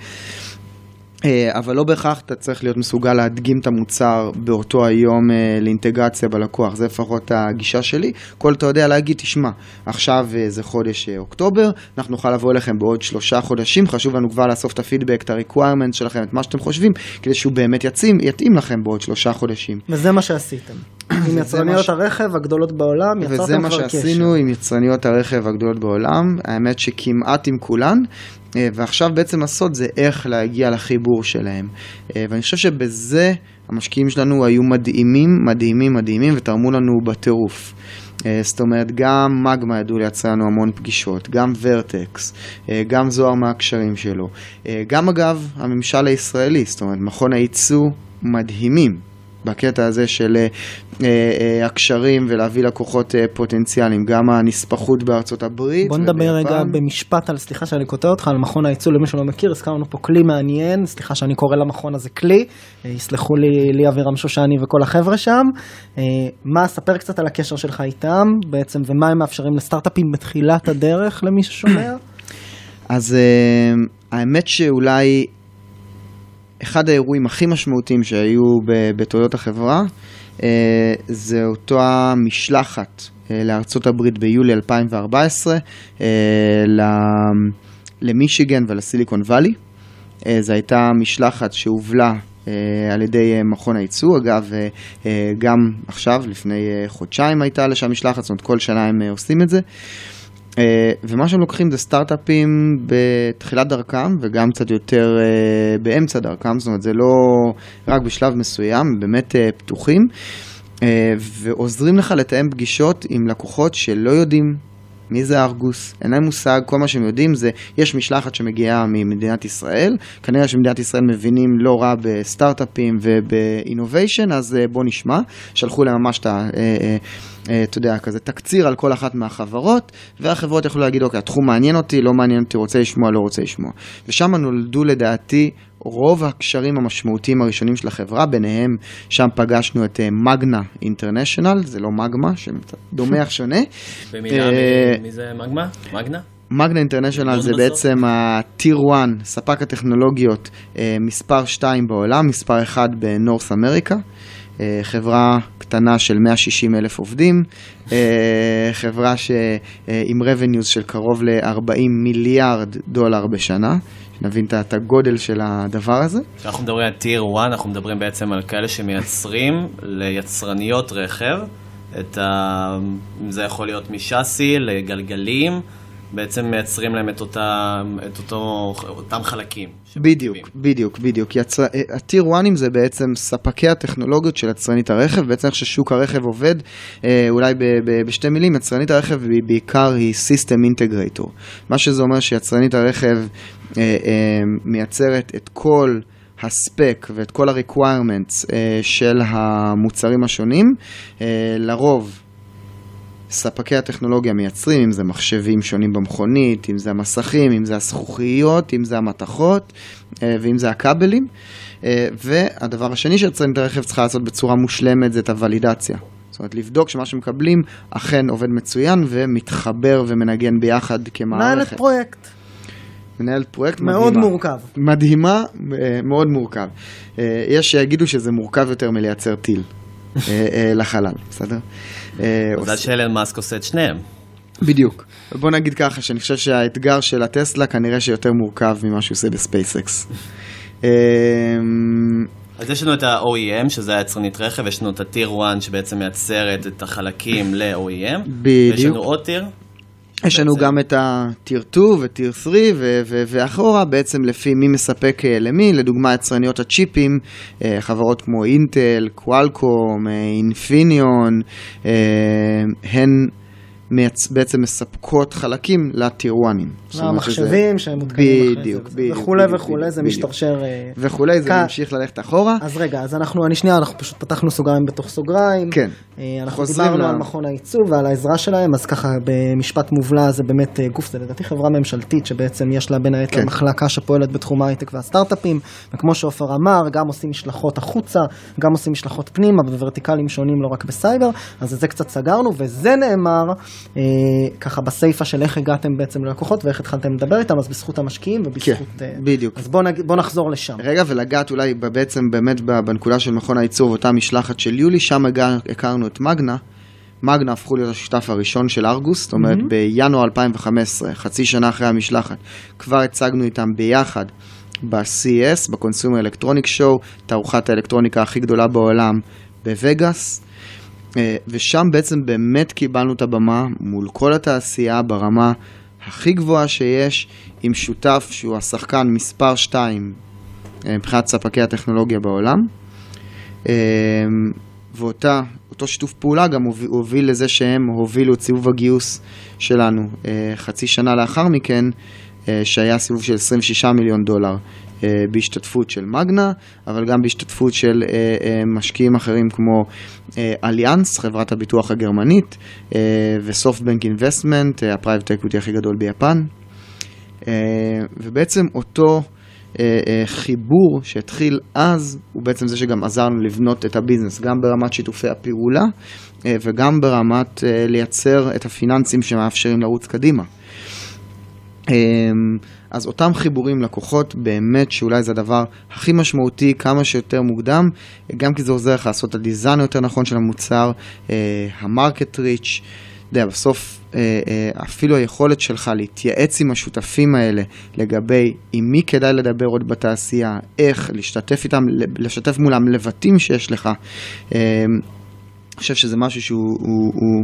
אבל לא בהכרח אתה צריך להיות מסוגל להדגים את המוצר באותו היום לאינטגרציה בלקוח, זה לפחות הגישה שלי. כל אתה יודע להגיד, תשמע, עכשיו זה חודש אוקטובר, אנחנו נוכל לבוא אליכם בעוד שלושה חודשים, חשוב לנו כבר לאסוף את הפידבק, את ה-requirement שלכם, את מה שאתם חושבים, כדי שהוא באמת יתאים, יתאים לכם בעוד שלושה חודשים. וזה מה שעשיתם. עם יצרניות הרכב הגדולות בעולם, יצרתם כבר קשר. וזה מה שעשינו עם יצרניות הרכב הגדולות בעולם, האמת שכמעט עם כולן, ועכשיו בעצם הסוד זה איך להגיע לחיבור שלהם. ואני חושב שבזה המשקיעים שלנו היו מדהימים, מדהימים, מדהימים, ותרמו לנו בטירוף. זאת אומרת, גם מגמה ידעו לייצר לנו המון פגישות, גם ורטקס, גם זוהר מהקשרים שלו. גם אגב, הממשל הישראלי, זאת אומרת, מכון הייצוא מדהימים. בקטע הזה של אה, אה, הקשרים ולהביא לקוחות אה, פוטנציאליים, גם הנספחות בארצות הברית. בוא נדבר רגע במשפט על, סליחה שאני קוטע אותך, על מכון הייצוא, למי שלא מכיר, הזכרנו פה כלי מעניין, סליחה שאני קורא למכון הזה כלי, אה, יסלחו לי, לי אבירם שושני וכל החבר'ה שם. אה, מה, ספר קצת על הקשר שלך איתם בעצם, ומה הם מאפשרים לסטארט-אפים בתחילת הדרך למי ששומע? אז אה, האמת שאולי אחד האירועים הכי משמעותיים שהיו בתולדות החברה, זה אותו המשלחת לארצות הברית ביולי אלפיים וארבע עשרה, למישיגן ולסיליקון ואלי. זו הייתה משלחת שהובלה על ידי מכון הייצוא, אגב, גם עכשיו, לפני חודשיים הייתה לשם משלחת, זאת אומרת כל שנה הם עושים את זה. ומה שהם לוקחים זה סטארט-אפים בתחילת דרכם וגם קצת יותר באמצע דרכם, זאת אומרת זה לא רק בשלב מסוים, באמת פתוחים, ועוזרים לך לתאם פגישות עם לקוחות שלא יודעים מי זה ארגוס, אין להם מושג, כל מה שהם יודעים זה, יש משלחת שמגיעה ממדינת ישראל, כנראה שמדינת ישראל מבינים לא רע בסטארט-אפים ובאינוביישן, אז בוא נשמע, שלחו להם ממש את ה... אתה יודע, כזה תקציר על כל אחת מהחברות, והחברות יכולו להגיד, אוקיי, התחום מעניין אותי, לא מעניין אותי, רוצה לשמוע, לא רוצה לשמוע. ושם נולדו לדעתי רוב הקשרים המשמעותיים הראשונים של החברה, ביניהם שם פגשנו את מגנה אינטרנשיונל, זה לא מגמה, שדומה אך שונה. במילה, מי זה מגמה? מגנה? מגנה אינטרנשיונל זה בעצם הטיר אחת, ספק הטכנולוגיות מספר שתיים בעולם, מספר אחד בנורס אמריקה. חברה קטנה של מאה ושישים אלף עובדים, חברה עם revenues של קרוב ל-ארבעים מיליארד דולר בשנה, שנבין את הגודל של הדבר הזה. כשאנחנו מדברים על טיר אחת, אנחנו מדברים בעצם על כאלה שמייצרים ליצרניות רכב, את ה... זה יכול להיות משאסי לגלגלים, בעצם מייצרים להם את, אותה, את אותו, אותם חלקים. בדיוק, בדיוק, בדיוק. יצר... הטיר אחת זה בעצם ספקי הטכנולוגיות של יצרנית הרכב, בעצם איך ששוק הרכב עובד, אולי ב- ב- בשתי מילים, יצרנית הרכב בעיקר היא System Integrator. מה שזה אומר שיצרנית הרכב אה, אה, מייצרת את כל הספק ואת כל ה-requirements אה, של המוצרים השונים, אה, לרוב ספקי הטכנולוגיה מייצרים, אם זה מחשבים שונים במכונית, אם זה המסכים, אם זה הזכוכיות, אם זה המתכות, ואם זה הכבלים. והדבר השני שיצרנית הרכב צריכה לעשות בצורה מושלמת זה את הוולידציה. זאת אומרת, לבדוק שמה שמקבלים אכן עובד מצוין ומתחבר ומנגן ביחד כמערכת. מנהלת פרויקט. מנהלת פרויקט מאוד מדהימה. מורכב. מדהימה, מאוד מורכב. יש שיגידו שזה מורכב יותר מלייצר טיל לחלל, בסדר? מזל שאלן מאסק עושה את שניהם. בדיוק. בוא נגיד ככה, שאני חושב שהאתגר של הטסלה כנראה שיותר מורכב ממה שהוא עושה בספייסקס. אז יש לנו את ה-או אי אם, שזה היצרנית רכב, יש לנו את ה-Tier אחת שבעצם מייצרת את החלקים ל-או אי אם. בדיוק. ויש לנו עוד טיר. יש לנו גם את ה-Tier שתיים ו-Tier שלוש ואחורה, בעצם לפי מי מספק למי, לדוגמה יצרניות הצ'יפים, חברות כמו אינטל, קואלקום, אינפיניון, הן בעצם מספקות חלקים לטירואנים. המחשבים שהם מותקנים אחרי בדיוק, זה, וכולי וכולי, זה משתרשר. וכולי, זה ממשיך ללכת אחורה. אז רגע, אז אנחנו, אני שנייה, אנחנו פשוט פתחנו סוגריים בתוך סוגריים. כן. אנחנו דיברנו על מכון העיצוב ועל העזרה שלהם, אז ככה במשפט מובלע זה באמת גוף, זה לדעתי חברה ממשלתית שבעצם יש לה בין היתר מחלקה שפועלת בתחום ההייטק והסטארט-אפים, וכמו שעופר אמר, גם עושים משלחות החוצה, גם עושים משלחות פנימה בוורטיקלים שונים, לא רק בסייבר, אז זה קצת סגרנו, וזה נאמר אה, ככה בסייפה של איך הגעתם בעצם ללקוחות ואיך התחלתם לדבר איתם, אז בזכות המשקיעים ובזכות... כן, בדיוק. אז בוא, נג... בוא נחזור לשם. רגע, ולגעת אולי בעצם באמת בנקודה של מכון העיצוב, אותה משלחת של יולי, שם הכרנו את מגנה. מגנה הפכו להיות השותף הראשון של ארגוס, זאת אומרת mm-hmm. בינואר אלפיים וחמש עשרה, חצי שנה אחרי המשלחת, כבר הצגנו איתם ביחד ב-סי אי אס, ב-Consumer Electronic Show, תערוכת האלקטרוניקה הכי גדולה בעולם בווגאס, ושם בעצם באמת קיבלנו את הבמה מול כל התעשייה ברמה הכי גבוהה שיש, עם שותף שהוא השחקן מספר שתיים מבחינת ספקי הטכנולוגיה בעולם, ואותה, אותו שיתוף פעולה גם הוביל לזה שהם הובילו את סיבוב הגיוס שלנו חצי שנה לאחר מכן, שהיה סיבוב של עשרים ושישה מיליון דולר בהשתתפות של מגנה, אבל גם בהשתתפות של משקיעים אחרים כמו אליאנס, חברת הביטוח הגרמנית, וסופטבנק אינבסטמנט, הפרייבט אקוויטי הכי גדול ביפן. ובעצם אותו חיבור שהתחיל אז, הוא בעצם זה שגם עזרנו לבנות את הביזנס, גם ברמת שיתופי הפעולה, וגם ברמת לייצר את הפיננסים שמאפשרים לרוץ קדימה. אז אותם חיבורים לקוחות, באמת שאולי זה הדבר הכי משמעותי, כמה שיותר מוקדם, גם כי זה עוזר לך לעשות את הדיזיין יותר נכון של המוצר, המרקט ריץ', יודע, בסוף אפילו היכולת שלך להתייעץ עם השותפים האלה לגבי עם מי כדאי לדבר עוד בתעשייה, איך להשתתף איתם, לשתף מולם לבטים שיש לך, אני חושב שזה משהו שהוא הוא, הוא,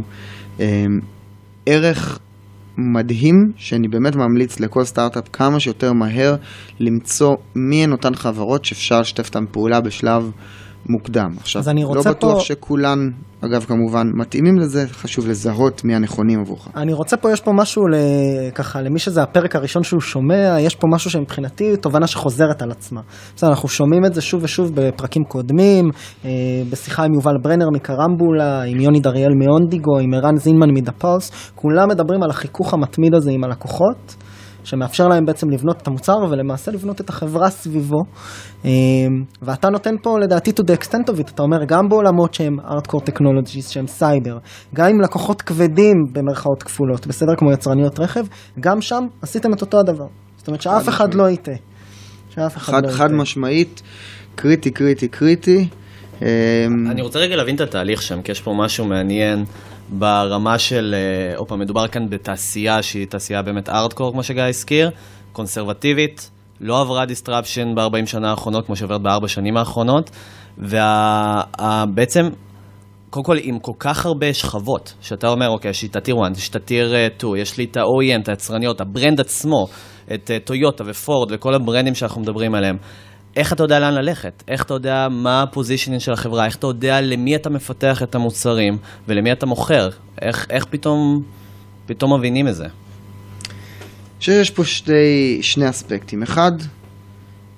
ערך מדהים, שאני באמת ממליץ לכל סטארט-אפ כמה שיותר מהר למצוא מי הן אותן חברות שאפשר לשתף אותן פעולה בשלב מוקדם. עכשיו, לא בטוח פה... שכולן, אגב כמובן, מתאימים לזה, חשוב לזהות מי הנכונים עבורך. אני רוצה פה, יש פה משהו ככה, למי שזה הפרק הראשון שהוא שומע, יש פה משהו שמבחינתי תובנה שחוזרת על עצמה. בסדר, אנחנו שומעים את זה שוב ושוב בפרקים קודמים, בשיחה עם יובל ברנר מקרמבולה, עם יוני דריאל מאונדיגו, עם ערן זינמן מדפולס, כולם מדברים על החיכוך המתמיד הזה עם הלקוחות, שמאפשר להם בעצם לבנות את המוצר ולמעשה לבנות את החברה סביבו. ואתה נותן פה לדעתי to the extent of it, אתה אומר גם בעולמות שהם hardcore technologies, שהם סייבר, גם עם לקוחות כבדים במרכאות כפולות, בסדר כמו יצרניות רכב, גם שם עשיתם את אותו הדבר. זאת אומרת שאף אחד לא ייתה. שאף אחד לא ייתה. חד משמעית, קריטי, קריטי, קריטי. אני רוצה רגע להבין את התהליך שם, כי יש פה משהו מעניין. ברמה של, או פעם, מדובר כאן בתעשייה שהיא תעשייה באמת ארדקור, כמו שגיא הזכיר, קונסרבטיבית, לא עברה דיסטרפשן ב-ארבעים שנה האחרונות, כמו שעוברת בארבע שנים האחרונות, ובעצם, קודם כל, עם כל כך הרבה שכבות, שאתה אומר, אוקיי, יש לי את ה-Tier אחת, יש את ה-Tier שתיים, יש לי את ה-או אי אם, את היצרניות, הברנד עצמו, את טויוטה ופורד וכל הברנדים שאנחנו מדברים עליהם, איך אתה יודע לאן ללכת? איך אתה יודע מה הפוזישנינג של החברה? איך אתה יודע למי אתה מפתח את המוצרים ולמי אתה מוכר? איך, איך פתאום, פתאום מבינים את זה? שיש פה שתי, שני אספקטים. אחד,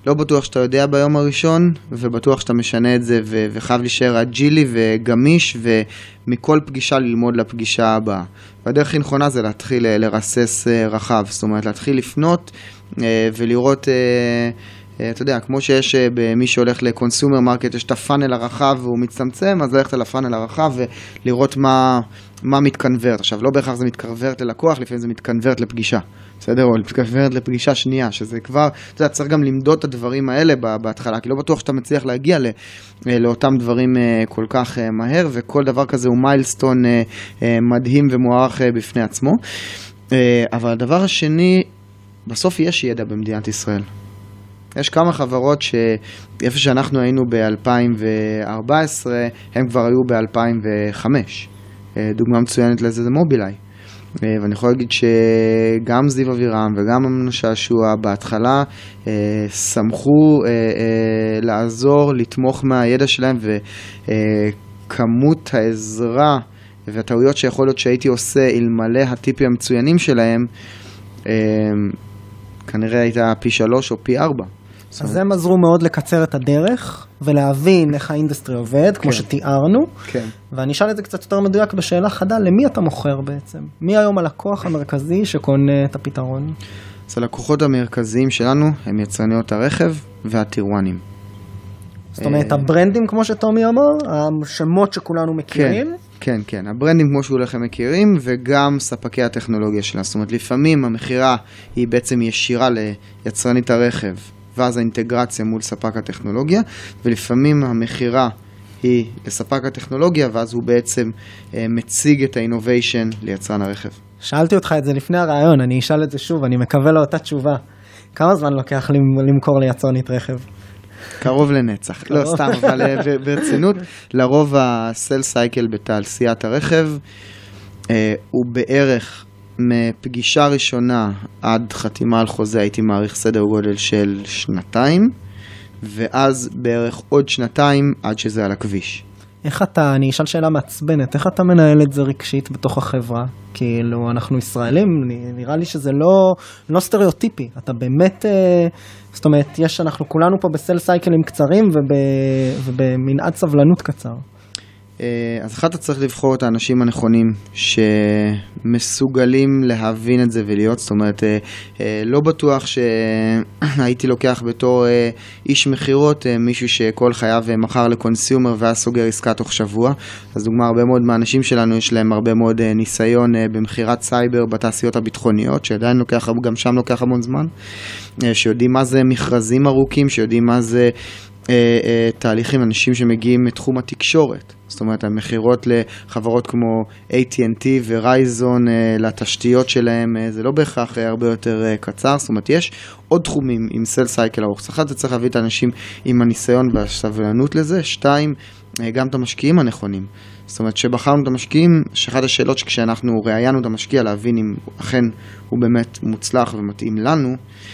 לא בטוח שאתה יודע ביום הראשון, ובטוח שאתה משנה את זה, ו- וחייב להישאר אג'ילי וגמיש, ומכל פגישה ללמוד לפגישה הבאה. והדרך הכי נכונה זה להתחיל לרסס רחב, זאת אומרת, להתחיל לפנות ולראות, אתה יודע, כמו שיש במי שהולך לקונסיומר מרקט, יש את הפאנל הרחב והוא מצטמצם, אז ללכת על הפאנל הרחב ולראות מה, מה מתקנברט. עכשיו, לא בהכרח זה מתקנברט ללקוח, לפעמים זה מתקנברט לפגישה. בסדר? או מתקנברט לפגישה שנייה, שזה כבר, אתה יודע, צריך גם למדוד את הדברים האלה בהתחלה, כי לא בטוח שאתה מצליח להגיע לאותם דברים כל כך מהר, וכל דבר כזה הוא מיילסטון מדהים ומוערך בפני עצמו. אבל הדבר השני, בסוף יש ידע במדינת ישראל. יש כמה חברות שאיפה שאנחנו היינו ב-אלפיים וארבע עשרה, הם כבר היו ב-אלפיים וחמש. דוגמה מצוינת לזה זה מובילאיי. ואני יכול להגיד שגם זיו אבירם וגם אמנון שעשוע בהתחלה שמחו לעזור, לתמוך מהידע שלהם, וכמות העזרה והטעויות שיכול להיות שהייתי עושה אלמלא הטיפים המצוינים שלהם, כנראה הייתה פי שלוש או פי ארבע. אז הם עזרו מאוד לקצר את הדרך ולהבין איך האינדסטרי עובד, כמו שתיארנו. כן. ואני אשאל את זה קצת יותר מדויק בשאלה חדה, למי אתה מוכר בעצם? מי היום הלקוח המרכזי שקונה את הפתרון? אז הלקוחות המרכזיים שלנו הם יצרניות הרכב והטירואנים. זאת אומרת, הברנדים כמו שטומי אמר, השמות שכולנו מכירים? כן, כן. הברנדים כמו שכולכם מכירים, וגם ספקי הטכנולוגיה שלה. זאת אומרת, לפעמים המחירה היא בעצם ישירה ליצרנית הרכב, ואז האינטגרציה מול ספק הטכנולוגיה, ולפעמים המחירה היא לספק הטכנולוגיה, ואז הוא בעצם אה, מציג את האינוביישן ליצרן הרכב. שאלתי אותך את זה לפני הרעיון, אני אשאל את זה שוב, אני מקווה לאותה תשובה. כמה זמן לוקח למכור ליצרנית רכב? קרוב לנצח. לא, סתם, אבל ברצינות, לרוב הסל סייקל בתעשיית הרכב, אה, הוא בערך מפגישה ראשונה עד חתימה על חוזה, הייתי מעריך סדר גודל של שנתיים, ואז בערך עוד שנתיים עד שזה על הכביש. איך אתה, אני אשאל שאלה מעצבנת, איך אתה מנהל את זה רגשית בתוך החברה? כאילו, אנחנו ישראלים, נראה לי שזה לא, לא סטריאוטיפי, אתה באמת, זאת אומרת, יש, אנחנו כולנו פה בסל סייקלים קצרים וב, ובמנעד סבלנות קצר. אז אחת אתה צריך לבחור את האנשים הנכונים שמסוגלים להבין את זה ולהיות, זאת אומרת, לא בטוח שהייתי לוקח בתור איש מחירות מישהו שכל חייו מכר לקונסיומר ואז סוגר עסקה תוך שבוע. אז דוגמה, הרבה מאוד מהאנשים שלנו יש להם הרבה מאוד ניסיון במחירת סייבר בתעשיות הביטחוניות, שעדיין לוקח, גם שם לוקח המון זמן, שיודעים מה זה מכרזים ארוכים, שיודעים מה זה תהליכים, אנשים שמגיעים מתחום התקשורת. זאת אומרת, המחירות לחברות כמו איי טי אנד טי ורייזון לתשתיות שלהם, זה לא בהכרח הרבה יותר קצר. זאת אומרת, יש עוד תחומים עם סל סייקל ארוך. אחד, אתה צריך להביא את האנשים עם הניסיון והסבלנות לזה. שתיים, גם את המשקיעים הנכונים. זאת אומרת, שבחרנו את המשקיעים, שאחת השאלות שכשאנחנו ראיינו את המשקיע להבין אם אכן הוא באמת מוצלח ומתאים לנו,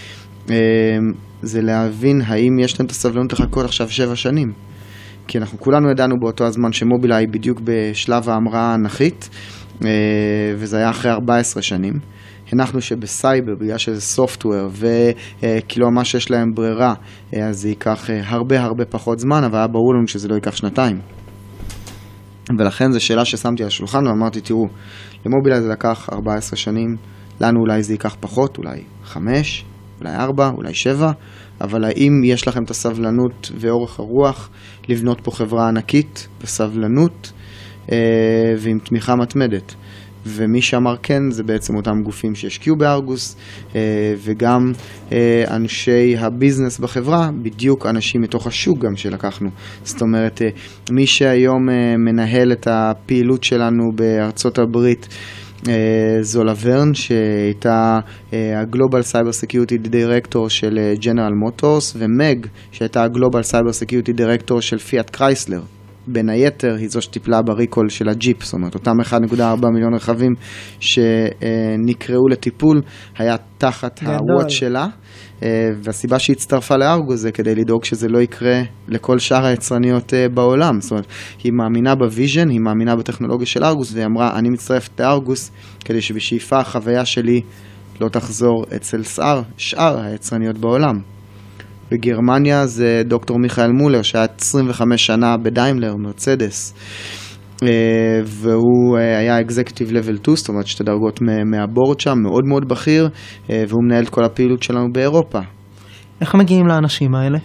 זה להבין האם יש להם את הסבלנות לחכות עכשיו שבע שנים. כי אנחנו כולנו ידענו באותו הזמן שמובילאיי בדיוק בשלב ההמראה האנכית, וזה היה אחרי ארבע עשרה שנים. הנחנו שבסייבר, בגלל שזה סופטוור, וכאילו מה שיש להם ברירה, אז זה ייקח הרבה הרבה פחות זמן, אבל היה ברור לנו שזה לא ייקח שנתיים. ולכן זו שאלה ששמתי על השולחן, ואמרתי, תראו, למובילאיי זה לקח ארבע עשרה שנים, לנו אולי זה ייקח פחות, אולי חמש, אולי ארבע, אולי שבע, אבל האם יש לכם את הסבלנות ואורך הרוח לבנות פה חברה ענקית בסבלנות אה, ועם תמיכה מתמדת? ומי שאמר כן, זה בעצם אותם גופים שהשקיעו בארגוס, אה, וגם אה, אנשי הביזנס בחברה, בדיוק אנשים מתוך השוק גם שלקחנו. זאת אומרת, אה, מי שהיום אה, מנהל את הפעילות שלנו בארצות הברית, זולה ורן, שהייתה הגלובל סייבר סקיוריטי דירקטור של ג'נרל מוטורס, ומג, שהייתה הגלובל סייבר סקיוריטי דירקטור של פיאט קרייסלר. בין היתר, היא זו שטיפלה בריקול של הג'יפ, זאת אומרת, אותם אחד נקודה ארבע מיליון רכבים שנקראו לטיפול, היה תחת הוואט שלה, והסיבה שהיא הצטרפה לארגוס זה כדי לדאוג שזה לא יקרה לכל שאר היצרניות בעולם. זאת אומרת, היא מאמינה בוויז'ן, היא מאמינה בטכנולוגיה של ארגוס, והיא אמרה, אני מצטרפת לארגוס כדי שבשאיפה החוויה שלי לא תחזור אצל שאר, שאר היצרניות בעולם. בגרמניה זה דוקטור מיכאל מולר, שהיה עשרים וחמש שנה בדיימלר, מרצדס, והוא היה אקזקטיב לבל שתיים, זאת אומרת שתי דרגות מהבורד שם, מאוד מאוד בכיר, והוא מנהל את כל הפעילות שלנו באירופה. איך מגיעים לאנשים האלה?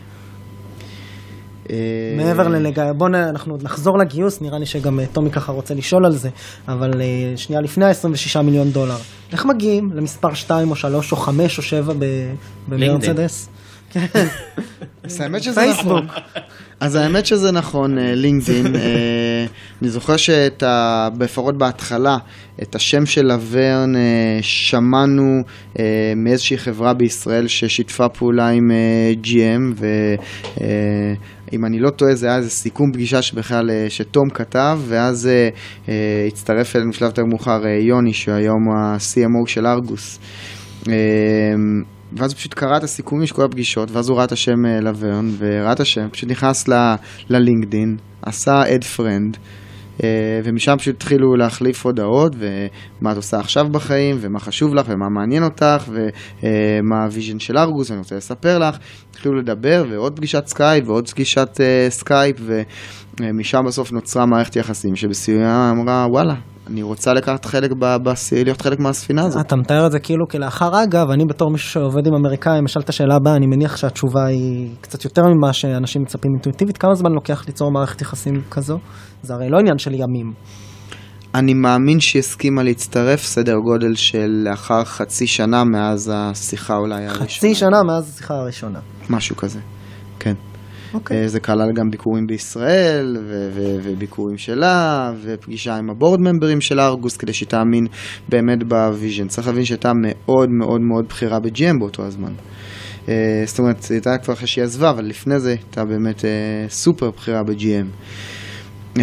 מעבר ללגע, בואו אנחנו נחזור לגיוס, נראה לי שגם תומי ככה רוצה לשאול על זה, אבל שנייה לפני ה-עשרים ושישה מיליון דולר, איך מגיעים למספר שתיים או שלוש או חמש או שבע במרצדס? אז האמת שזה נכון. אז האמת שזה נכון, לינקדין. אני זוכר שבפחות בהתחלה, את השם של לברן שמענו מאיזושהי חברה בישראל ששיתפה פעולה עם ג'י אם, ואם אני לא טועה זה היה איזה סיכום פגישה שבכלל שתום כתב, ואז הצטרף אלינו בשלב יותר מאוחר יוני, שהוא היום ה-סי אם או של ארגוס. ואז הוא פשוט קרא את הסיכומים של כל הפגישות, ואז הוא ראה את השם לברן, וראה את השם, פשוט נכנס ללינקדין, עשה אד פרנד, ומשם פשוט התחילו להחליף הודעות, ומה את עושה עכשיו בחיים, ומה חשוב לך, ומה מעניין אותך, ומה הוויז'ן של ארגוס, ואני רוצה לספר לך. התחילו לדבר, ועוד פגישת סקייפ, ועוד פגישת סקייפ, ומשם בסוף נוצרה מערכת יחסים, שבסיומה אמרה, וואלה, אני רוצה לקחת חלק, להיות חלק מהספינה הזאת. אתה מתאר את זה כאילו כלאחר אגב, אני בתור מישהו שעובד עם אמריקאים, משאל את השאלה הבאה, אני מניח שהתשובה היא קצת יותר ממה שאנשים מצפים אינטואיטיבית. כמה זמן לוקח ליצור מערכת יחסים כזו? זה הרי לא עניין של ימים. אני מאמין שהסכימה להצטרף סדר גודל של לאחר חצי שנה מאז השיחה אולי הראשונה. חצי שנה מאז השיחה הראשונה. משהו כזה, כן. Okay. זה כלל גם ביקורים בישראל, ו- ו- וביקורים שלה, ופגישה עם הבורד ממברים של ארגוס, כדי שתאמין באמת בוויז'ן. צריך להבין שהייתה מאוד מאוד מאוד בחירה ב-ג'י אם באותו הזמן. Uh, זאת אומרת, הייתה כבר אחרי שהיא עזבה, אבל לפני זה הייתה באמת uh, סופר בחירה ב-ג'י אם. Uh,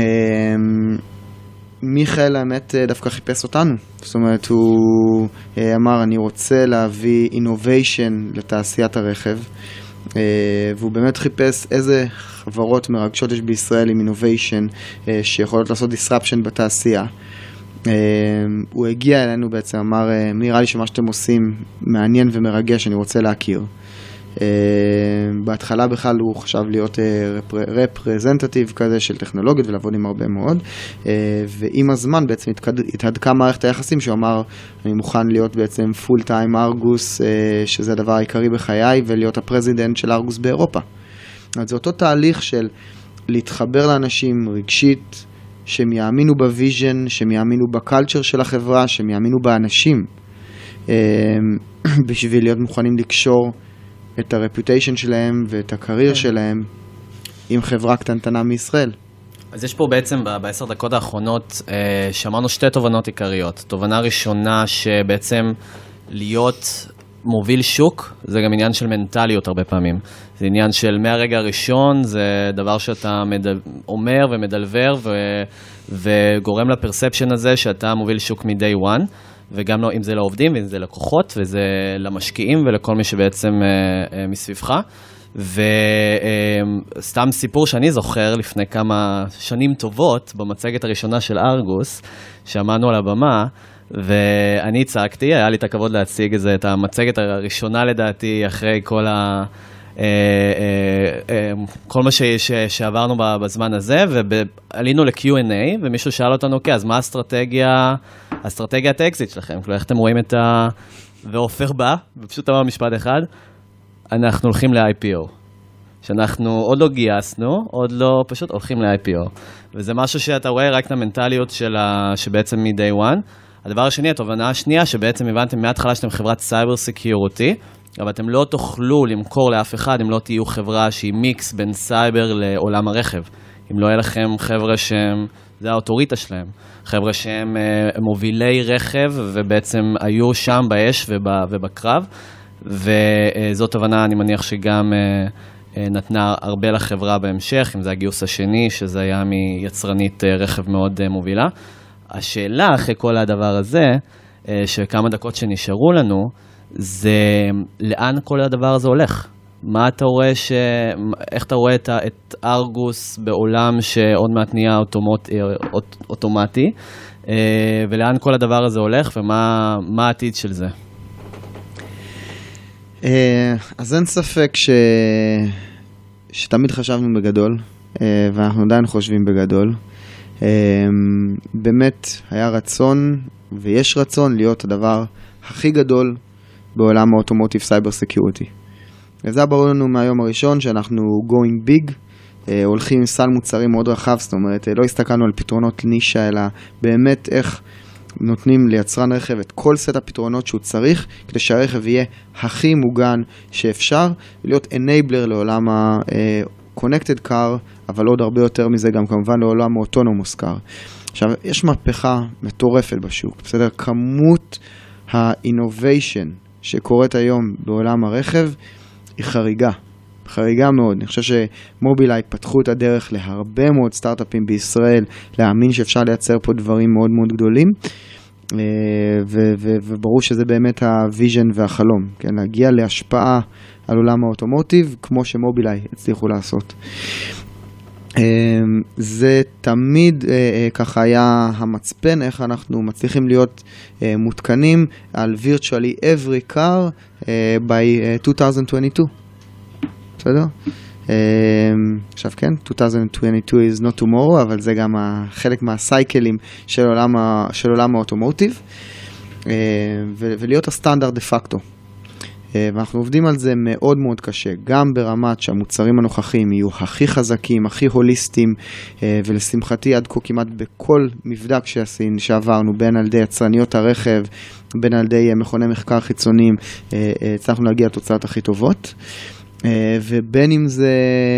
מיכאל האמת דווקא חיפש אותנו. זאת אומרת, הוא uh, אמר, אני רוצה להביא innovation לתעשיית הרכב, Uh, והוא באמת חיפש איזה חברות מרגשות יש בישראל עם innovation uh, שיכולות לעשות disruption בתעשייה. Uh, הוא הגיע אלינו בעצם, אמר, uh, נראה לי שמה שאתם עושים מעניין ומרגש, אני רוצה להכיר. Uh, בהתחלה בכלל הוא חשב להיות רפרזנטטיב uh, כזה של טכנולוגיות ולעבוד עם הרבה מאוד, uh, ועם הזמן בעצם התהדקה מערכת היחסים שהוא אמר, אני מוכן להיות בעצם פול טיים ארגוס, uh, שזה הדבר העיקרי בחיי, ולהיות הפרזידנט של ארגוס באירופה. אז זה אותו תהליך של להתחבר לאנשים רגשית, שהם יאמינו בוויז'ן, שהם יאמינו בקלצ'ר של החברה, שהם יאמינו באנשים, uh, בשביל להיות מוכנים לקשור את הרפיוטיישן שלהם ואת הקרייר שלהם עם חברה קטנטנה מישראל. אז יש פה בעצם בעשר דקות האחרונות שמענו שתי תובנות עיקריות. תובנה ראשונה שבעצם להיות מוביל שוק זה גם עניין של מנטליות הרבה פעמים. זה עניין של מהרגע הראשון, זה דבר שאתה מדל... אומר ומדלבר ו... וגורם לפרספשן הזה שאתה מוביל שוק מ-day one. וגם לא, אם זה לעובדים, ואם זה לקוחות, וזה למשקיעים ולכל מי שבעצם אה, אה, מסביבך. וסתם אה, סיפור שאני זוכר לפני כמה שנים טובות, במצגת הראשונה של ארגוס, שעמדנו על הבמה, ואני צעקתי, היה לי את הכבוד להציג את זה, את המצגת הראשונה לדעתי, אחרי כל ה... כל מה שעברנו בזמן הזה, ועלינו ל-קיו אנד איי, ומישהו שאל אותנו, אוקיי, אז מה האסטרטגיה, האסטרטגיית האקזיט שלכם? כאילו, איך אתם רואים את ה... ועופר בא, ופשוט אמר משפט אחד, אנחנו הולכים ל-איי פי או. שאנחנו עוד לא גייסנו, עוד לא, פשוט הולכים ל-איי פי או. וזה משהו שאתה רואה רק את המנטליות שבעצם מ-day one. הדבר השני, התובנה השנייה, שבעצם הבנתם מההתחלה שאתם חברת סייבר סקיוריטי, אבל אתם לא תוכלו למכור לאף אחד אם לא תהיו חברה שהיא מיקס בין סייבר לעולם הרכב. אם לא יהיה לכם חבר'ה שהם, זה האוטוריטה שלהם, חבר'ה שהם מובילי רכב ובעצם היו שם באש ובקרב, וזאת הבנה אני מניח שגם נתנה הרבה לחברה בהמשך, אם זה הגיוס השני, שזה היה מיצרנית רכב מאוד מובילה. השאלה אחרי כל הדבר הזה, שכמה דקות שנשארו לנו, זה לאן כל הדבר הזה הולך. מה אתה רואה ש... איך אתה רואה את, את ארגוס בעולם שעוד מעט נהיה אוטומט... אוט... אוטומטי, ולאן כל הדבר הזה הולך, ומה מה העתיד של זה? אז אין ספק ש... שתמיד חשבנו בגדול, ואנחנו עדיין חושבים בגדול. באמת היה רצון, ויש רצון להיות הדבר הכי גדול בעולם האוטומוטיב סייבר סקיוריטי. וזה ברור לנו מהיום הראשון שאנחנו going big, הולכים עם סל מוצרים מאוד רחב, זאת אומרת, לא הסתכלנו על פתרונות נישה, אלא באמת איך נותנים ליצרן רכב את כל סט הפתרונות שהוא צריך, כדי שהרכב יהיה הכי מוגן שאפשר, ולהיות enabler לעולם ה-connected car, אבל עוד הרבה יותר מזה גם כמובן לעולם ה-autonomous car. עכשיו, יש מהפכה מטורפת בשוק, בסדר? כמות ה-innovation שקורית היום בעולם הרכב היא חריגה. חריגה מאוד. אני חושב שמובילאיי פתחו את הדרך להרבה מאוד סטארט-אפים בישראל, להאמין שאפשר לייצר פה דברים מאוד מאוד גדולים, ו- ו- וברור שזה באמת הוויז'ן והחלום, כן? להגיע להשפעה על עולם האוטומוטיב, כמו שמובילאיי הצליחו לעשות. זה תמיד ככה היה המצפן, איך אנחנו מצליחים להיות מותקנים על virtually every car by twenty twenty-two. בסדר? עכשיו כן, twenty twenty-two is not tomorrow, אבל זה גם חלק מהסייקלים של עולם, של עולם האוטומוטיב, ולהיות הסטנדרט דה פקטו. ואנחנו עובדים על זה מאוד מאוד קשה, גם ברמת שהמוצרים הנוכחים יהיו הכי חזקים, הכי הוליסטיים, ולשמחתי עד כה כמעט בכל מבדק שעברנו, בין על ידי יצרניות הרכב, בין על ידי מכוני מחקר חיצוניים, הצלחנו להגיע לתוצאות הכי טובות. ובין אם זה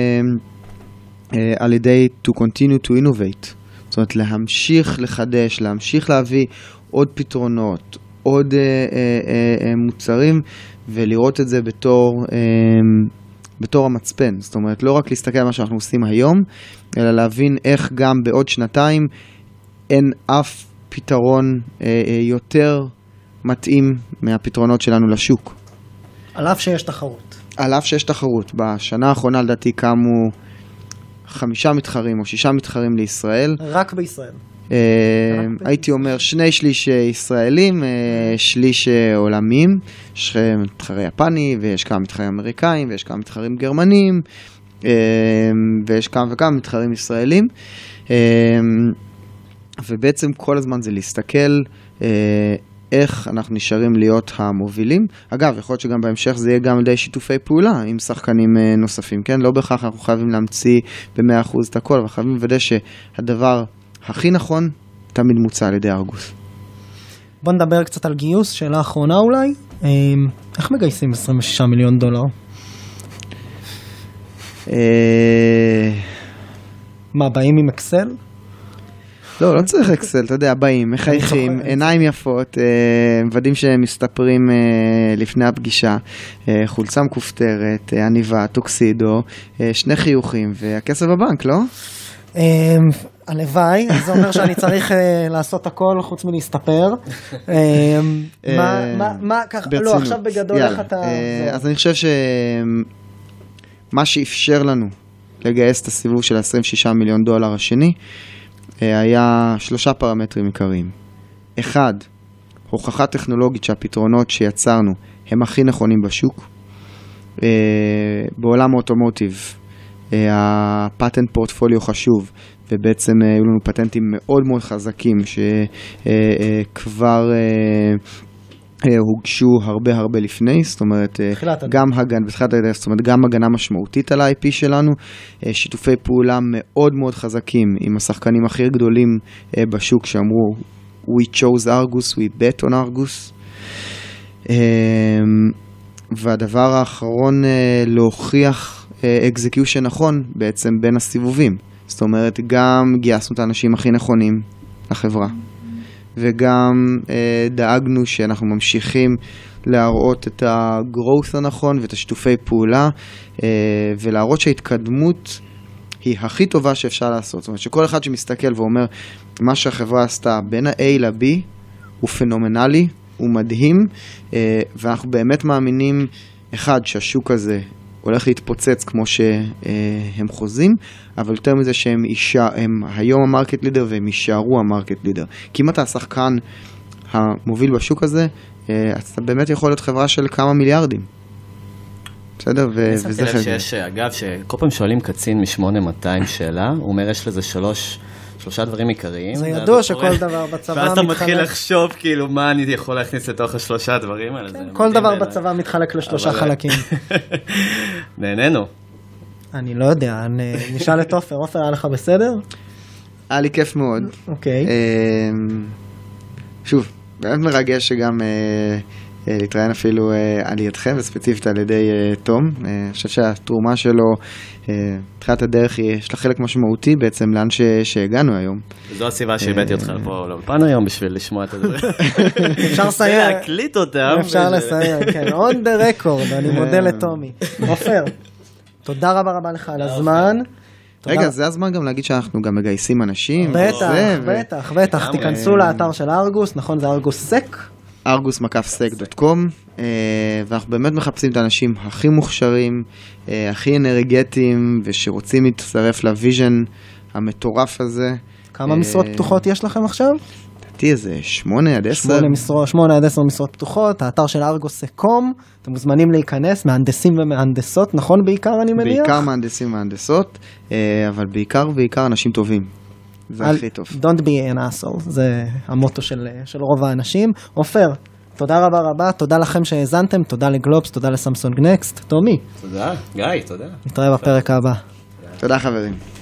על ידי to continue to innovate, זאת אומרת להמשיך לחדש, להמשיך להביא עוד פתרונות, עוד מוצרים, ולראות את זה בתור, בתור המצפן. זאת אומרת, לא רק להסתכל על מה שאנחנו עושים היום, אלא להבין איך גם בעוד שנתיים אין אף פתרון יותר מתאים מהפתרונות שלנו לשוק. על אף שיש תחרות. על אף שיש תחרות. בשנה האחרונה לדעתי קמו חמישה מתחרים או שישה מתחרים לישראל. רק בישראל. הייתי אומר שני שליש ישראלים, שליש עולמים. יש מתחרי יפני ויש כמה מתחרים אמריקאים ויש כמה מתחרים גרמנים ויש כמה וכמה מתחרים ישראלים. ובעצם כל הזמן זה להסתכל איך אנחנו נשארים להיות המובילים. אגב, יכול להיות שגם בהמשך זה יהיה גם על ידי שיתופי פעולה עם שחקנים נוספים, כן? לא בכך אנחנו חייבים להמציא ב-מאה אחוז את הכל, אבל חייבים לוודא שהדבר הכי נכון תמיד מוצע על ידי ארגוס. בוא נדבר קצת על גיוס, שאלה אחרונה אולי. איך מגייסים עשרים ושישה מיליון דולר? מה, באים עם אקסל? לא, לא צריך אקסל, אתה יודע, באים, מחייכים, עיניים יפות, מוודאים שהם מסתפרים לפני הפגישה, חולצה מכופתרת, עניבה, טוקסידו, שני חיוכים, והכסף בבנק, לא? הלוואי, זה אומר שאני צריך לעשות הכל חוץ מלהסתפר. מה, ככה, לא, עכשיו בגדול איך אתה... אז אני חושב שמה שאפשר לנו לגייס את הסיבוב של עשרים ושישה מיליון דולר השני, היה שלושה פרמטרים עיקריים. אחד, הוכחה טכנולוגית שהפתרונות שיצרנו הם הכי נכונים בשוק. בעולם האוטומוטיב, הפטנט פורטפוליו חשוב, ובעצם היו לנו פטנטים מאוד מאוד חזקים שכבר הוגשו הרבה הרבה לפני, זאת אומרת, גם הגנה, בתחילת הדרך, זאת אומרת, גם הגנה משמעותית על ה-איי פי שלנו, שיתופי פעולה מאוד מאוד חזקים עם השחקנים הכי גדולים בשוק שאמרו, we chose Argus, we bet on Argus. והדבר האחרון, להוכיח execution נכון בעצם בין הסיבובים. זאת אומרת, גם גייסנו את האנשים הכי נכונים לחברה. וגם אה, דאגנו שאנחנו ממשיכים להראות את הגרוס הנכון ואת השיתופי פעולה, אה, ולהראות שההתקדמות היא הכי טובה שאפשר לעשות. זאת אומרת שכל אחד שמסתכל ואומר מה שהחברה עשתה בין ה-A ל-B הוא פנומנלי, הוא מדהים, אה, ואנחנו באמת מאמינים, אחד, שהשוק הזה הולך להתפוצץ כמו שהם חוזים, אבל יותר מזה שהם יישא, הם היום המרקט לידר והם יישארו המרקט לידר. כי אם אתה השחקן המוביל בשוק הזה, אז אתה באמת יכול להיות חברה של כמה מיליארדים. בסדר? ו- שמתי וזה לב חלק. שיש, אגב, שכל פעם שואלים קצין מ-שמונה מאתיים שאלה, הוא אומר, יש לזה שלוש, שלושה דברים עיקריים. זה ואז ידוע הוא שכל קורא- דבר בצבא ואז אתה מתחיל מתחלק, לחשוב, כאילו, מה אני יכול להכניס לתוך השלושה הדברים האלה. זה כל מדהים דבר בעיניי. בצבא מתחלק לשלושה אבל- חלקים. נהנינו. אני לא יודע, אני- נשאל את עופר, עופר היה לך בסדר? היה לי כיף מאוד. אוקיי. אמ, שוב, באמת מרגש שגם אה, אה, להתראיין אפילו אה, על ידכם, וספציפית על ידי אה, תום. אה, אני חושב שהתרומה שלו, אה, תחילת הדרך, היא- יש לה חלק משמעותי בעצם לאן ש- שהגענו היום. וזו הסיבה שהבאתי אותך לפה לאולפן היום, בשביל לשמוע את זה. אפשר לסיים, להקליט אותם. אפשר וזה- לסיים, כן, on the record, אני מודה לטומי. עופר, תודה רבה רבה לך על הזמן. תודה. רגע, זה הזמן גם להגיד שאנחנו גם מגייסים אנשים. בטח, וזה, ו- בטח, בטח, לגמרי. תיכנסו לאתר של ארגוס, נכון, זה ארגוס סק? ארגוס מקף סק דוט קום, ואנחנו באמת מחפשים את האנשים הכי מוכשרים, אה, הכי אנרגטיים, ושרוצים להצטרף לוויז'ן המטורף הזה. כמה אה, משרות פתוחות יש לכם עכשיו? לדעתי איזה שמונה עד עשר. שמונה משרות, שמונה עד עשר משרות פתוחות, האתר של ארגוס סק דוט קום, אתם מוזמנים להיכנס, מהנדסים ומהנדסות, נכון בעיקר אני מניח? בעיקר מהנדסים ומהנדסות, אה, אבל בעיקר בעיקר אנשים טובים. זה אל- הכי טוב. Don't be an asshole, זה המוטו של, של רוב האנשים. עופר, תודה רבה רבה, תודה לכם שהאזנתם, תודה לגלובס, תודה לסמסונג נקסט, טומי, תודה, גיא, תודה. נתראה בפרק הבא. תודה חברים.